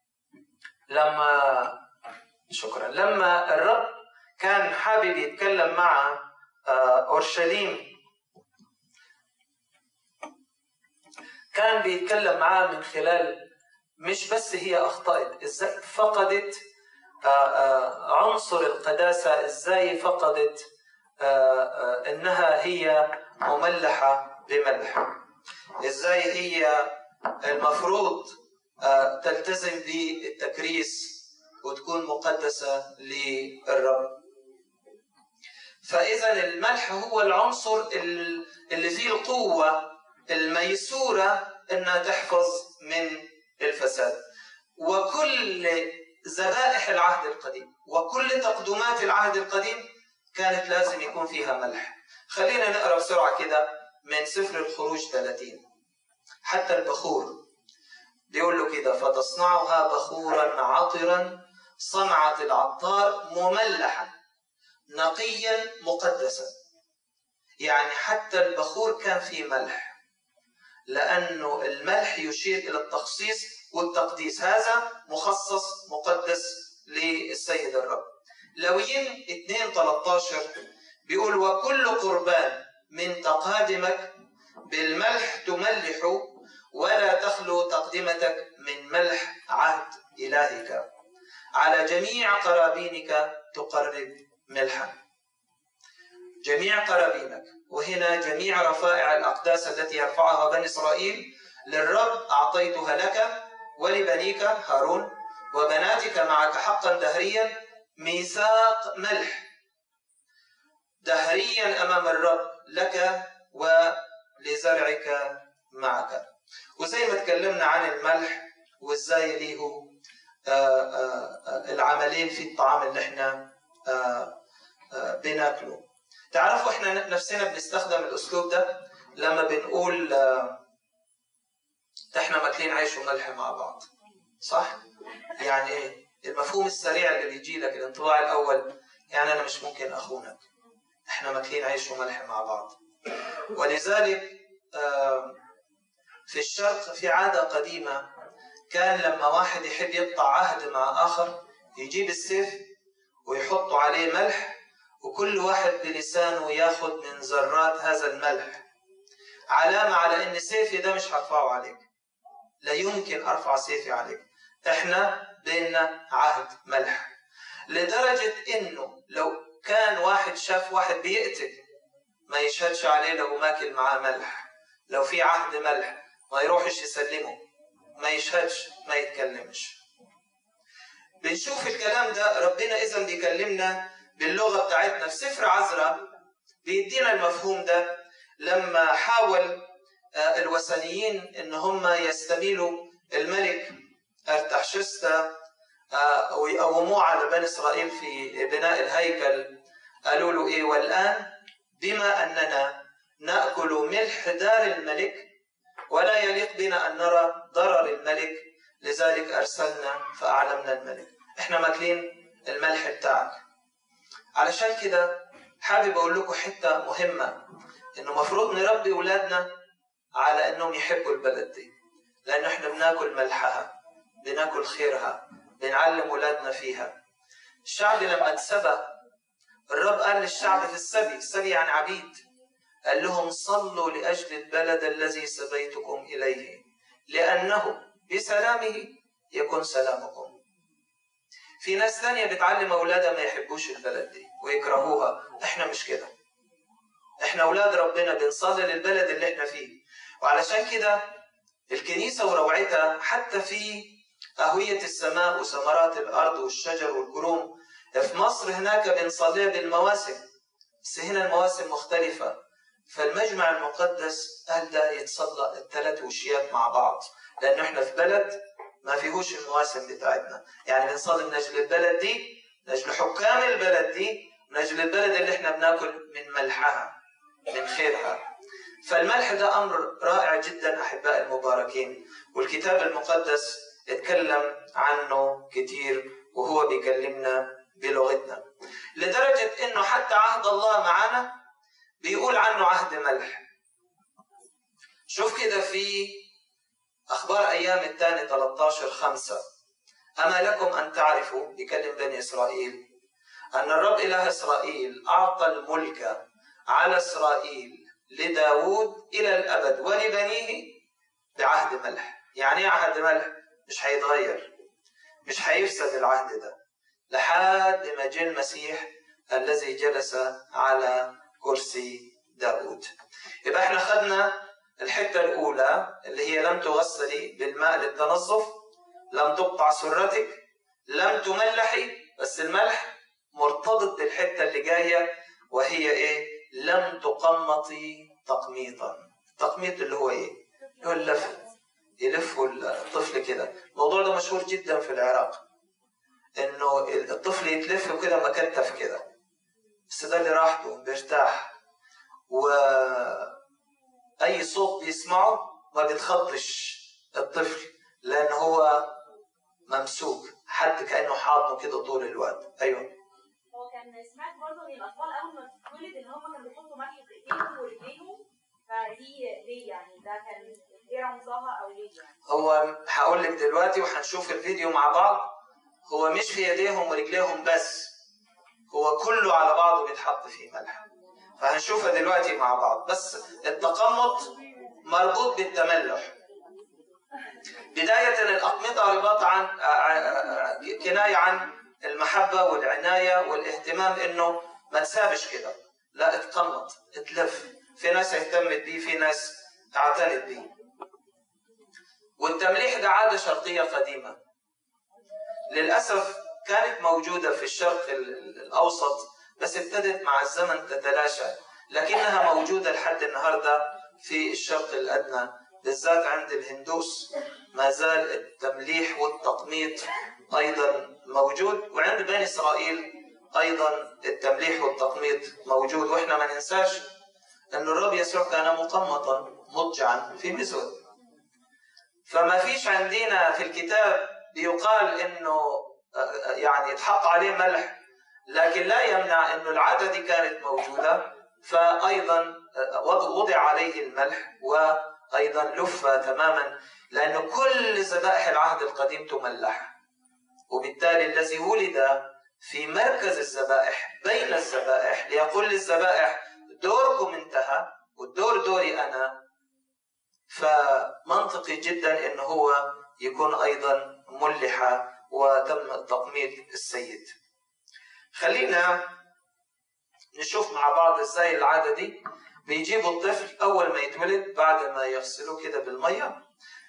لما الرب كان حابب يتكلم مع أورشليم، كان بيتكلم معاه من خلال مش بس هي أخطأت، إزاي فقدت عنصر القداسة، إزاي فقدت إنها هي مملحة بملح، إزاي هي المفروض تلتزم بالتكريس وتكون مقدسة للرب. فإذا الملح هو العنصر اللي فيه القوة الميسورة إنها تحفظ من الفساد. وكل ذبائح العهد القديم وكل تقدمات العهد القديم كانت لازم يكون فيها ملح. خلينا نقرأ بسرعة كده من سفر الخروج 30. حتى البخور بيقول له كده: فتصنعها بخورا عطرا صنعة العطار مملحا نقيا مقدسا. يعني حتى البخور كان فيه ملح، لأنه الملح يشير إلى التخصيص والتقديس. هذا مخصص مقدس للسيد الرب. لويين 2:13 بيقول: وكل قربان من تقادمك بالملح تملح، ولا تخلو تقدمتك من ملح عهد إلهك، على جميع قرابينك تقرب ملحا. جميع قرابينك، وهنا جميع رفائع الأقداس التي يرفعها بني إسرائيل للرب أعطيتها لك ولبنيك هارون وبناتك معك حقا دهريا، ميثاق ملح دهريا أمام الرب لك ولزرعك معك. وزي ما تكلمنا عن الملح وازاي ليه العملين في الطعام اللي احنا بناكله. تعرفوا احنا نفسنا بنستخدم الاسلوب ده لما بنقول احنا ماكلين عيش وملح مع بعض، صح؟ يعني ايه المفهوم السريع اللي بيجي لك، الانطباع الاول، يعني انا مش ممكن اخونك، احنا ماكلين عيش وملح مع بعض. ولذلك في الشرق في عادة قديمة، كان لما واحد يحب يقطع عهد مع آخر يجيب السيف ويحط عليه ملح، وكل واحد بلسانه ياخد من ذرات هذا الملح علامة على ان سيفي ده مش هرفعه عليك، لا يمكن ارفع سيفي عليك، احنا بيننا عهد ملح. لدرجة انه لو كان واحد شاف واحد بيقتل ما يشهدش عليه لو ماكل معاه ملح، لو في عهد ملح ما يروحش يسلمه، ما يشهدش، ما يتكلمش. بنشوف الكلام ده ربنا إذن بيكلمنا باللغة بتاعتنا في سفر عزرا، بيدينا المفهوم ده لما حاول الوثنيين إن هم يستميلوا الملك أرتحشستا ويقوموه على بني إسرائيل في بناء الهيكل. قالوا له إيه: والآن بما أننا نأكل ملح دار الملك ولا يليق بنا أن نرى ضرر الملك، لذلك أرسلنا فأعلمنا الملك. إحنا ماكلين الملح بتاعك. علشان كده حابب أقول لكم حتة مهمة، إنه مفروض نربي أولادنا على إنهم يحبوا البلد دي، لأنه إحنا بناكل ملحها، بناكل خيرها، بنعلم أولادنا فيها. الشعب لما اتسبى الرب قال للشعب في السبي يعني عبيد، قال لهم: صلوا لأجل البلد الذي سبيتكم إليه، لأنه بسلامه يكون سلامكم. في ناس ثانية بتعلم أولادها ما يحبوش البلد دي ويكرهوها. إحنا مش كده، إحنا أولاد ربنا بنصلي للبلد اللي إحنا فيه. وعلشان كده الكنيسة وروعتها حتى في أهوية السماء وثمرات الأرض والشجر والكروم. في مصر هناك بنصلي بالمواسم، بس هنا المواسم مختلفة، فالمجمع المقدس قال ده يتصلى الثلاث وشيات مع بعض، لأنه إحنا في بلد ما فيهوش المواسم بتاعتنا. يعني بنصلي من أجل البلد دي من أجل حكام البلد دي، من أجل البلد اللي احنا بناكل من ملحها، من خيرها. فالملح ده أمر رائع جدا أحباء المباركين، والكتاب المقدس اتكلم عنه كتير وهو بيكلمنا بلغتنا، لدرجة إنه حتى عهد الله معنا بيقول عنه عهد ملح. شوف كده في أخبار أيام الثاني 13:5: أما لكم أن تعرفوا، بيكلم بني إسرائيل، أن الرب إله إسرائيل أعطى الملك على إسرائيل لداود إلى الأبد ولبنيه بعهد ملح. يعني إيه عهد ملح؟ مش هيتغير، مش هيفسد العهد ده لحد ما جاء المسيح الذي جلس على كرسي داود. يبقى احنا خدنا الحتة الأولى اللي هي لم تغسلي بالماء للتنظف، لم تقطع سرتك، لم تملحي. بس الملح مرتبط بالحتة اللي جاية وهي ايه؟ لم تقمطي تقميطا. التقميط اللي هو ايه؟ هو اللف، يلفوا الطفل كده. الموضوع ده مشهور جدا في العراق، انه الطفل يتلف كده مكتف كده، بس ده اللي راحته بيرتاح، واي صوت بيسمعه ما بيتخضش الطفل لان هو ممسوك، حد كانه حاضنه كده طول الوقت. ايوه، هو كان سمعت برضه ان الاطفال اول ما بتتولد ان هم كانوا بيحطوا ملح في ايديهم ورجليهم، فدي ليه يعني؟ ده كان ايه رمزها او ليه يعني؟ هو هقول لك دلوقتي وهنشوف الفيديو مع بعض. هو مش في يديهم ورجليهم بس، هو كله على بعضه بيتحط فيه ملح، فهنشوفها دلوقتي مع بعض. بس التقمط مربوط بالتملح. بداية الأقمطة رباط عن كناية عن المحبة والعناية والاهتمام، إنه ما تسابش كده، لا اتقمط، اتلف. في ناس اهتمت بيه، في ناس اعتنت بيه. والتمليح ده عادة شرقية قديمة للأسف كانت موجودة في الشرق الأوسط، بس ابتدت مع الزمن تتلاشى، لكنها موجودة لحد النهاردة في الشرق الأدنى، بالذات عند الهندوس ما زال التمليح والتقميط أيضا موجود، وعند بني إسرائيل أيضا التمليح والتقميط موجود. وإحنا ما ننساش أن الرب يسوع كان مقمطا مضجعا في مزود، فما فيش عندنا في الكتاب بيقال انه يعني يتحط عليه ملح، لكن لا يمنع انه العادة دي كانت موجودة، فايضا وضع عليه الملح وايضا لف تماما، لانه كل ذبائح العهد القديم تملح، وبالتالي الذي ولد في مركز الذبائح بين الذبائح ليقول للذبائح دوركم انتهى والدور دوري انا، فمنطقي جدا انه هو يكون ايضا ملحة وتم تقميط السيد. خلينا نشوف مع بعض ازاي العادة دي. بيجيبوا الطفل اول ما يتولد بعد ما يغسلوه كده بالمية،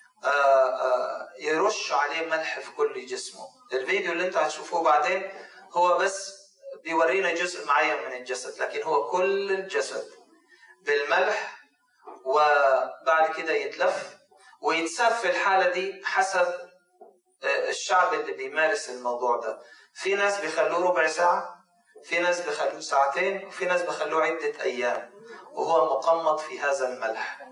يرش عليه ملح في كل جسمه. الفيديو اللي انت هتشوفوه بعدين هو بس بيورينا جزء معين من الجسد، لكن هو كل الجسد بالملح، وبعد كده يتلف ويتساب في الحالة دي حسب الشعب اللي بيمارس الموضوع ده. في ناس بيخلوه ربع ساعة، في ناس بيخلوه ساعتين، وفي ناس بيخلوه عدة أيام وهو مقمط في هذا الملح.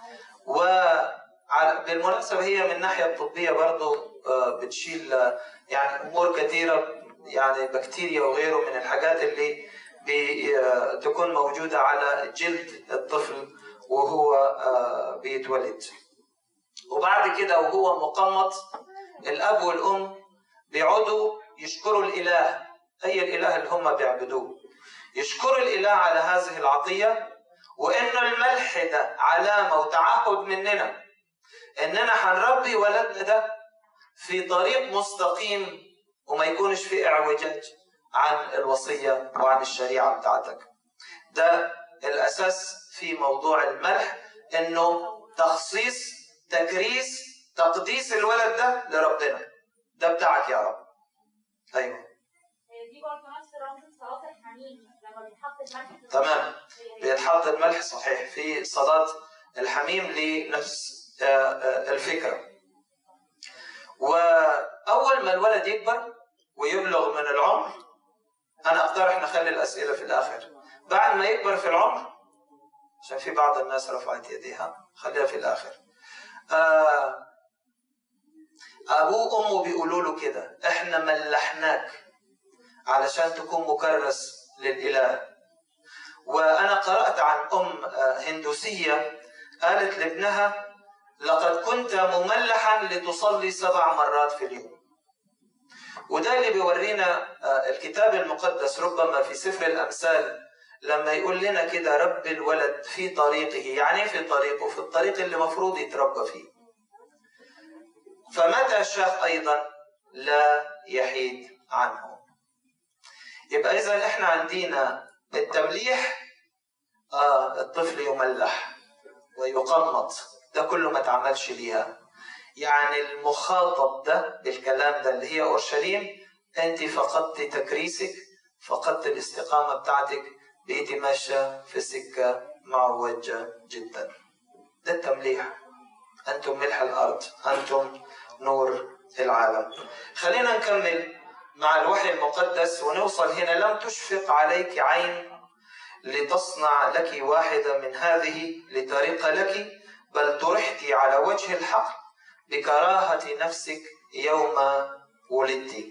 وبالمناسبة هي من الناحية الطبية برضو بتشيل يعني أمور كثيرة، يعني بكتيريا وغيره من الحاجات اللي بتكون موجودة على جلد الطفل وهو بيتولد. وبعد كده وهو مقمط الأب والأم بيقعدوا يشكروا الإله، أي الإله اللي هم بيعبدوه، يشكروا الإله على هذه العطية، وإنه الملح ده علامة وتعهد مننا إننا هنربي ولدنا ده في طريق مستقيم وما يكونش في اعوجاج عن الوصية وعن الشريعة بتاعتك. ده الأساس في موضوع الملح، إنه تخصيص، تكريس، تقديس الولد ده لربنا، ده بتاعك يا رب. أيوه. دي برضه نفس رمز صلاة الحميم لما بيتحط الملح. تمام، بيتحط الملح صحيح في صلاة الحميم لنفس الفكرة. وأول ما الولد يكبر ويبلغ من العمر أنا أقترح نخلي الأسئلة في الآخر بعد ما يكبر في العمر، عشان في بعض الناس رفعت يديها، خليها في الآخر. أبوه وأمه بيقولوا له كده: إحنا ملحناك علشان تكون مكرس للإله. وأنا قرأت عن هندوسية قالت لابنها: لقد كنت مملحا لتصلي 7 مرات في اليوم. وده اللي بيورينا الكتاب المقدس ربما في سفر الأمثال لما يقول لنا كده: رب الولد في طريقه. يعني في طريقه، في الطريق اللي مفروض يتربى فيه، فمتى شاف أيضا لا يحيد عنه. يبقى إذا إحنا عندنا التمليح، الطفل يملح ويقمط، ده كله ما تعملش ليها. يعني المخاطب ده بالكلام ده اللي هي أورشليم، أنت فقدت تكريسك، فقدت الاستقامة بتاعتك، بقيتي ماشية في سكة معوجة جدا. ده التمليح. أنتم ملح الأرض، أنتم نور العالم. خلينا نكمل مع الوحي المقدس ونوصل هنا: لم تشفق عليك عين لتصنع لك واحدة من هذه لطريق لك، بل طرحت على وجه الحق بكراهة نفسك يوم ولدت.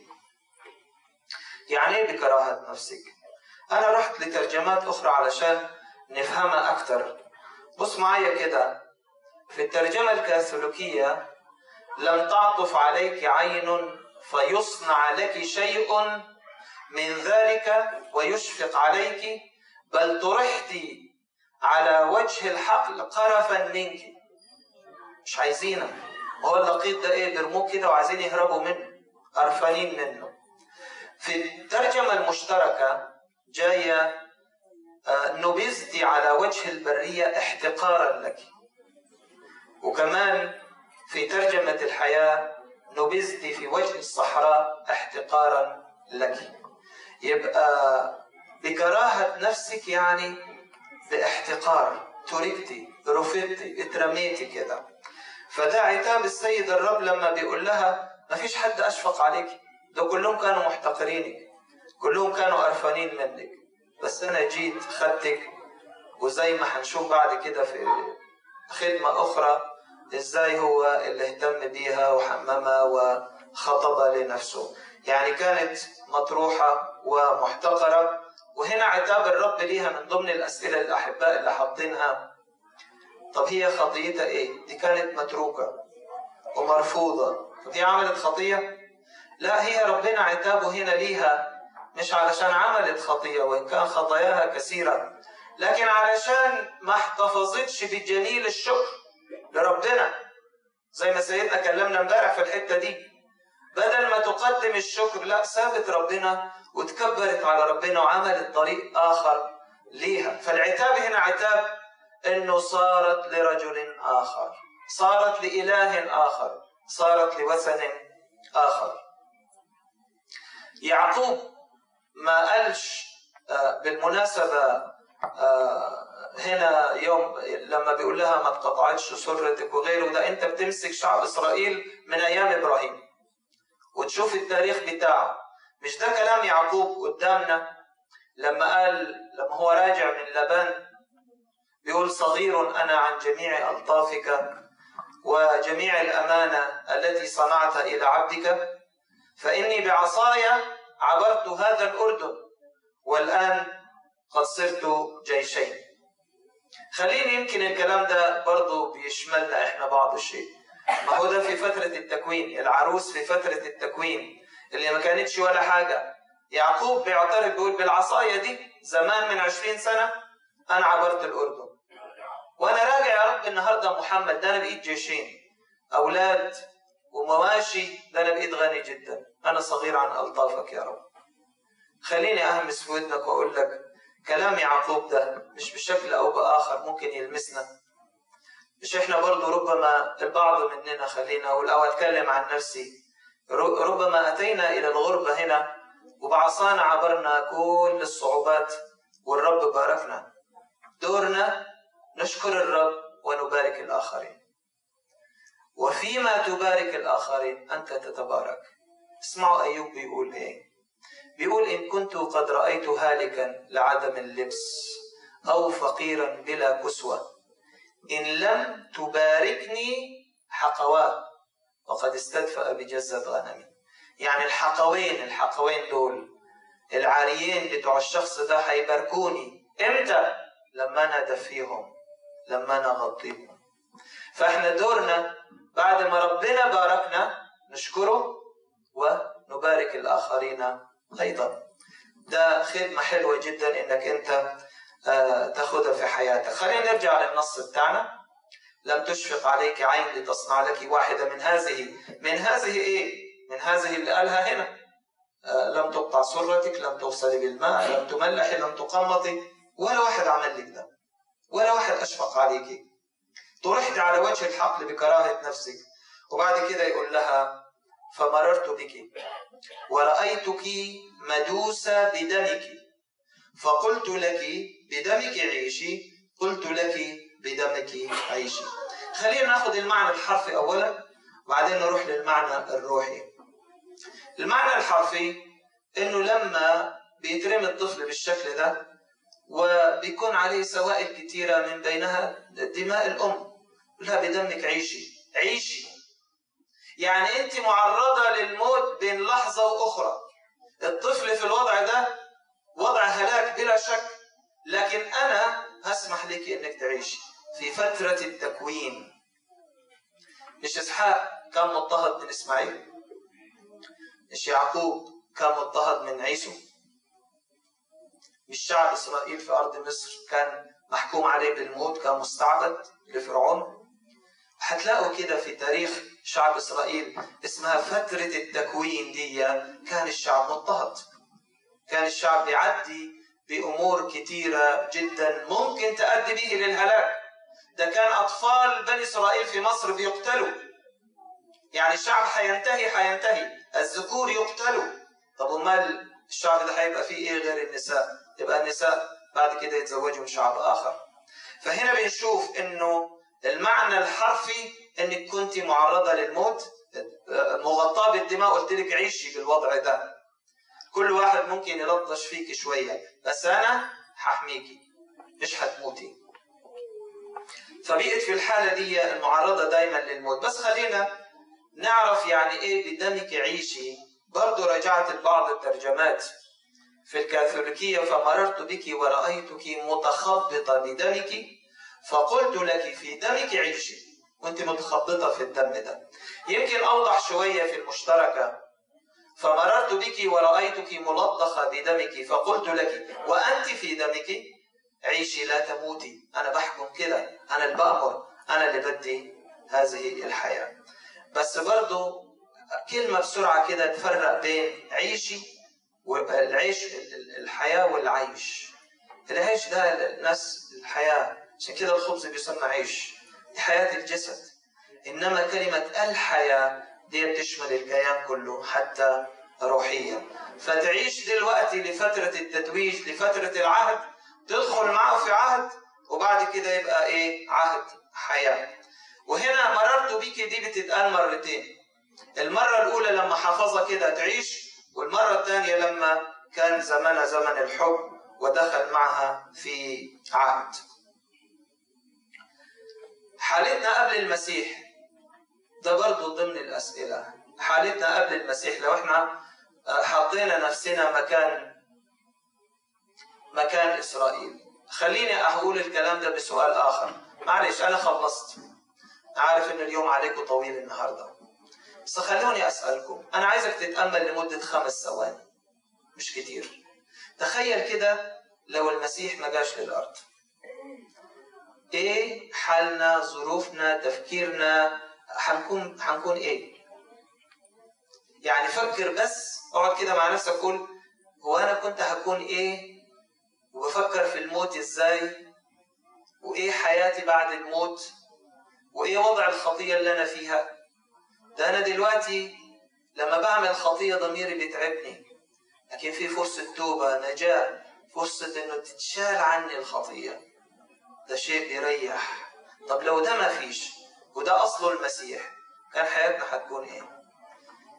يعني ايه بكراهة نفسك؟ أنا رحت لترجمات أخرى علشان نفهمها أكتر. بص معايا كده، في الترجمة الكاثوليكية: لم تعطف عليك عين فيصنع لك شيء من ذلك ويشفق عليك، بل طرحت على وجه الحقل قرفا منك. مش عايزينه. هو اللقيط ده ايه؟ بيرموه كده وعايزين يهربوا منه، قرفانين منه. في الترجمة المشتركة جاية: نبذت على وجه البرية احتقارا لك. وكمان في ترجمة الحياة: نبذت في وجه الصحراء احتقارا لك. يبقى بكراهة نفسك يعني باحتقار، تركتي، رفضتي، اترميتي كده. فده عتاب السيد الرب لما بيقول لها: ما فيش حد أشفق عليك، ده كلهم كانوا محتقرينك، كلهم كانوا قرفانين منك، بس أنا جيت خدتك. وزي ما هنشوف بعد كده في خدمة أخرى إزاي هو اللي اهتم بيها وحممها وخطبها لنفسه. يعني كانت مطروحة ومحتقرة. وهنا عتاب الرب ليها من ضمن الأسئلة الأحباء اللي حاطينها: طب هي خطيتها إيه؟ دي كانت متروكة ومرفوضة، دي عملت خطية؟ لا، هي ربنا عتابه هنا ليها مش علشان عملت خطية وإن كان خطاياها كثيرة، لكن علشان ما احتفظتش بجميل الشكر لربنا. زي ما سيدنا كلمنا امبارح في الحتة دي، بدل ما تقدم الشكر لا، سابت ربنا وتكبرت على ربنا وعملت طريق آخر ليها. فالعتاب هنا عتاب انه صارت لرجل آخر، صارت لإله آخر، صارت لوثن آخر. يعقوب ما قالش بالمناسبة هنا يوم لما بيقول لها ما تقطعتش سرتك وغيره، ده انت بتمسك شعب إسرائيل من أيام إبراهيم وتشوف التاريخ بتاعه. مش ده كلام يعقوب قدامنا لما قال، لما هو راجع من لبان بيقول: صغير أنا عن جميع ألطافك وجميع الأمانة التي صنعت إلى عبدك، فإني بعصاي عبرت هذا الأردن والآن قد صرت جيشين. خليني يمكن الكلام ده برضو بيشملنا إحنا بعض الشيء. ما هو ده في فترة التكوين، العروس في فترة التكوين اللي ما كانتش ولا حاجة. يعقوب بيعترف بيقول: بالعصاية دي زمان من 20 سنة أنا عبرت الأردن، وأنا راجع يا رب النهاردة محمد، ده أنا بقيت جيشين، أولاد ومواشي، ده أنا بقيت غني جدا، أنا صغير عن ألطافك يا رب. خليني أهمس في ودنك وأقول لك كلام يعقوب ده مش بشكل أو بآخر ممكن يلمسنا. مش إحنا برضو ربما البعض مننا، خلينا أقول أو أتكلم عن نفسي، ربما أتينا إلى الغربة هنا وبعصانا عبرنا كل الصعوبات والرب باركنا. دورنا نشكر الرب ونبارك الآخرين، وفيما تبارك الآخرين أنت تتبارك. اسمعوا أيوب بيقول إيه: بيقول إن كنت قد رأيت هالكا لعدم اللبس أو فقيرا بلا كسوة إن لم تباركني حقواه وقد استدفأ بجزة غنمي. يعني الحقوين دول العاريين بتوع الشخص ده هيباركوني امتى؟ لما انا ادفيهم، لما انا اغطيهم. فاحنا دورنا بعد ما ربنا باركنا نشكره ونبارك الاخرين ايضا. ده خدمة حلوة جدا انك انت تاخدها في حياتك. خلينا نرجع للنص بتاعنا. لم تشفق عليك عين لتصنع لك واحدة من هذه ايه؟ من هذه اللي قالها هنا. لم تقطع سرتك، لم تغسلي بالماء، لم تملحي، لم تقمطي. ولا واحد عمل لك ده، ولا واحد أشفق عليك. طرحت على وجه الحقل بكراهة نفسك. وبعد كده يقول لها فمررت بك ورأيتك مدوسة بدمك فقلت لك بدمك عيشي، قلت لك بدمك عيشي. خلينا ناخد المعنى الحرفي أولا وبعدين نروح للمعنى الروحي. المعنى الحرفي إنه لما بيترمي الطفل بالشكل ده وبيكون عليه سوائل كتيرة من بينها دماء الأم، لها بدمك عيشي. يعني أنت معرضة للموت بين لحظة وأخرى. الطفل في الوضع ده وضع هلاك بلا شك، لكن أنا هسمح لك إنك تعيشي في فترة التكوين. مش إسحاق كان مضطهد من إسماعيل؟ مش يعقوب كان مضطهد من عيسو؟ مش شعب إسرائيل في أرض مصر كان محكوم عليه بالموت، كان مستعبد لفرعون؟ هتلاقوا كده في تاريخ شعب إسرائيل اسمها فترة التكوين دي، كان الشعب مضطهد، كان الشعب بيعدي بأمور كتيرة جدا ممكن تؤدي به للهلاك. ده كان أطفال بني إسرائيل في مصر بيقتلوا. يعني الشعب هينتهي الذكور يقتلوا. طب وما الشعب ده هيبقى فيه إيه غير النساء؟ يبقى النساء بعد كده يتزوجوا من شعب آخر. فهنا بنشوف إنه المعنى الحرفي إنك كنت معرضة للموت، مغطاة بالدماء، قلت لك عيشي بالوضع ده. كل واحد ممكن يلطش فيك شوية، بس أنا هحميكي، مش هتموتي. فبقيت في الحالة دي المعرضة دايما للموت. بس خلينا نعرف يعني إيه بدمك عيشي. برضو رجعت بعض الترجمات في الكاثوليكية فمررت بك ورأيتك متخبطة بدمك فقلت لك في دمك عيشي، وانت متخبطة في الدم ده. يمكن أوضح شوية في المشتركة فمررت بك ورأيتك ملطخة بدمك فقلت لك وأنت في دمك عيشي لا تموتي. أنا بحكم كده، أنا اللي بأمر، أنا اللي بدي هذه الحياة. بس برضو كلمة بسرعة كده نفرق بين عيشي والعيش، الحياة والعيش. العيش ده الناس الحياة، عشان كده الخبز بيسمى عيش، دي حياة الجسد. إنما كلمة الحياة دي بتشمل الكيان كله حتى روحيا. فتعيش دلوقتي لفترة التتويج، لفترة العهد، تدخل معه في عهد، وبعد كده يبقى إيه؟ عهد حياة. وهنا مررت بك دي بتتقال مرتين. المرة الأولى لما حافظها كده تعيش، والمرة الثانية لما كان زمن الحب ودخل معها في عهد. حالتنا قبل المسيح ده برضو ضمن الأسئلة. حالتنا قبل المسيح لو احنا حطينا نفسنا مكان إسرائيل. خليني أقول الكلام ده بسؤال آخر. معلش أنا خلصت، عارف إن اليوم عليكم طويل النهاردة، بس خلوني أسألكم. أنا عايزك تتأمل لمدة 5 ثواني، مش كتير. تخيل كده لو المسيح ما جاش للأرض، إيه حالنا، ظروفنا، تفكيرنا، هنكون إيه؟ يعني فكر بس، اقعد كده مع نفسك قول هو أنا كنت هكون إيه؟ وبفكر في الموت إزاي؟ وإيه حياتي بعد الموت؟ وإيه وضع الخطية اللي أنا فيها؟ ده أنا دلوقتي لما بعمل خطية ضميري بيتعبني، لكن في فرصة توبة، نجاة، فرصة إنه تتشال عني الخطية. ده شيء بيريح. طب لو ده ما فيش وده أصله المسيح، كان حياتنا هتكون إيه؟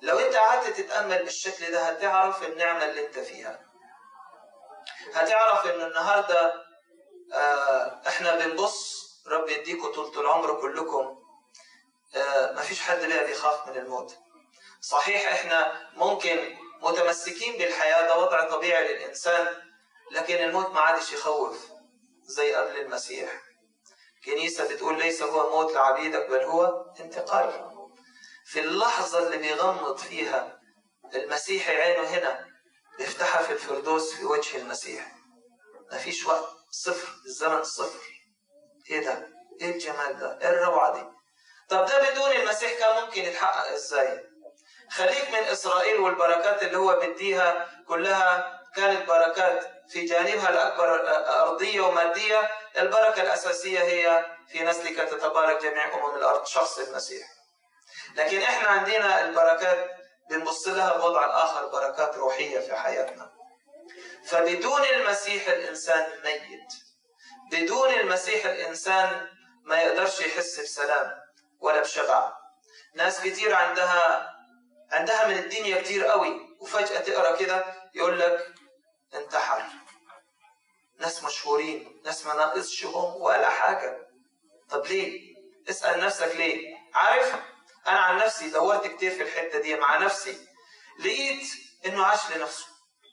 لو انت قعدت تتأمل بالشكل ده هتعرف النعمة اللي انت فيها. هتعرف ان النهاردة احنا بنبص، رب يديكم طولة العمر كلكم، مفيش حد بقى بيخاف من الموت. صحيح احنا ممكن متمسكين بالحياة، ده وضع طبيعي للإنسان، لكن الموت ما عادش يخوف زي قبل المسيح. كنيسة بتقول ليس هو موت لعبيدك بل هو انتقال. في اللحظة اللي بيغمض فيها المسيح عينه هنا بيفتحها في الفردوس في وجه المسيح. مفيش وقت، صفر، الزمن صفر. ايه ده؟ ايه الجمال ده؟ ايه الروعة دي؟ طب ده بدون المسيح كان ممكن يتحقق ازاي؟ خليك من إسرائيل والبركات اللي هو بديها كلها كانت بركات في جانبها الأكبر أرضية ومادية. البركة الأساسية هي في نسلك تتبارك جميع أمم الأرض، شخص المسيح. لكن إحنا عندنا البركات بنبص لها بوضع الآخر، بركات روحية في حياتنا. فبدون المسيح الإنسان ميت. بدون المسيح الإنسان ما يقدرش يحس بسلام ولا بشبع. ناس كتير عندها من الدنيا كتير قوي، وفجأة تقرأ كده يقول لك انتحر. ناس مشهورين، ناس ما ناقصشهم ولا حاجة. طب ليه؟ اسأل نفسك ليه؟ عارف؟ أنا عن نفسي دورت كتير في الحتة دي مع نفسي، لقيت إنه عاش لنفسه.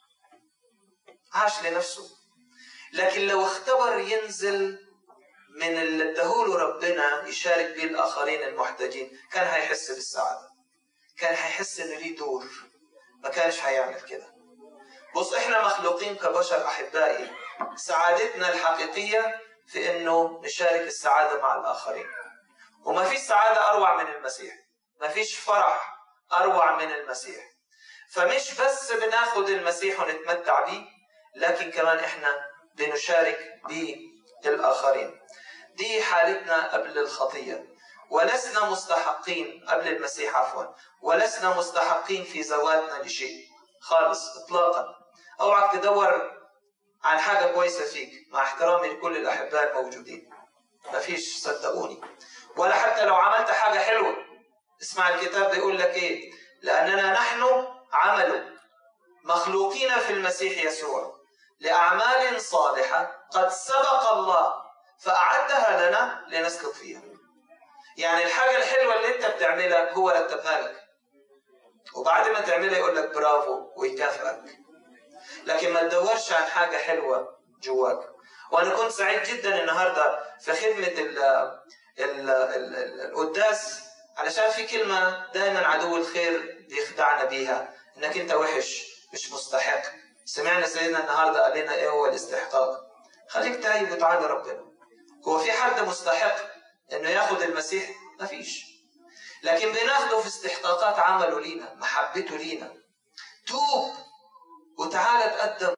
عاش لنفسه. لكن لو اختبر ينزل من اللي اداهوله ربنا يشارك بيه الآخرين المحتاجين، كان هيحس بالسعادة، كان هيحس إنه ليه دور. ما كانش هيعمل كده. بص، إحنا مخلوقين كبشر أحبائي، سعادتنا الحقيقية في إنه نشارك السعادة مع الآخرين. وما فيش سعادة أروع من المسيح، ما فيش فرح أروع من المسيح. فمش بس بناخد المسيح ونتمتع بيه، لكن كمان إحنا بنشارك بيه الآخرين. دي حالتنا قبل الخطية، ولسنا مستحقين قبل المسيح عفوا، ولسنا مستحقين في ذواتنا لشيء خالص إطلاقا. اوعك تدور عن حاجة كويسة فيك، مع احترامي لكل الأحباء الموجودين، مفيش صدقوني. ولا حتى لو عملت حاجة حلوة، اسمع الكتاب بيقول لك ايه؟ لأننا نحن عمل مخلوقين في المسيح يسوع لأعمال صالحة قد سبق الله فأعدها لنا لنسلك فيها. يعني الحاجة الحلوة اللي انت بتعملها هو رتبها لك، وبعد ما تعملها يقول لك برافو ويكافئك. لكن ما تدورش عن حاجة حلوة جواك. وأنا كنت سعيد جدا النهاردة في خدمة القداس، علشان في كلمة دائما عدو الخير بيخدعنا بيها، إنك أنت وحش مش مستحق. سمعنا سيدنا النهاردة قال لنا إيه هو الاستحقاق. خليك تايب وتعالى ربنا. هو في حد مستحق إنه ياخد المسيح؟ ما فيش. لكن بناخده في استحقاقات عمله لينا، محبته لينا. توب وتعالى تقدم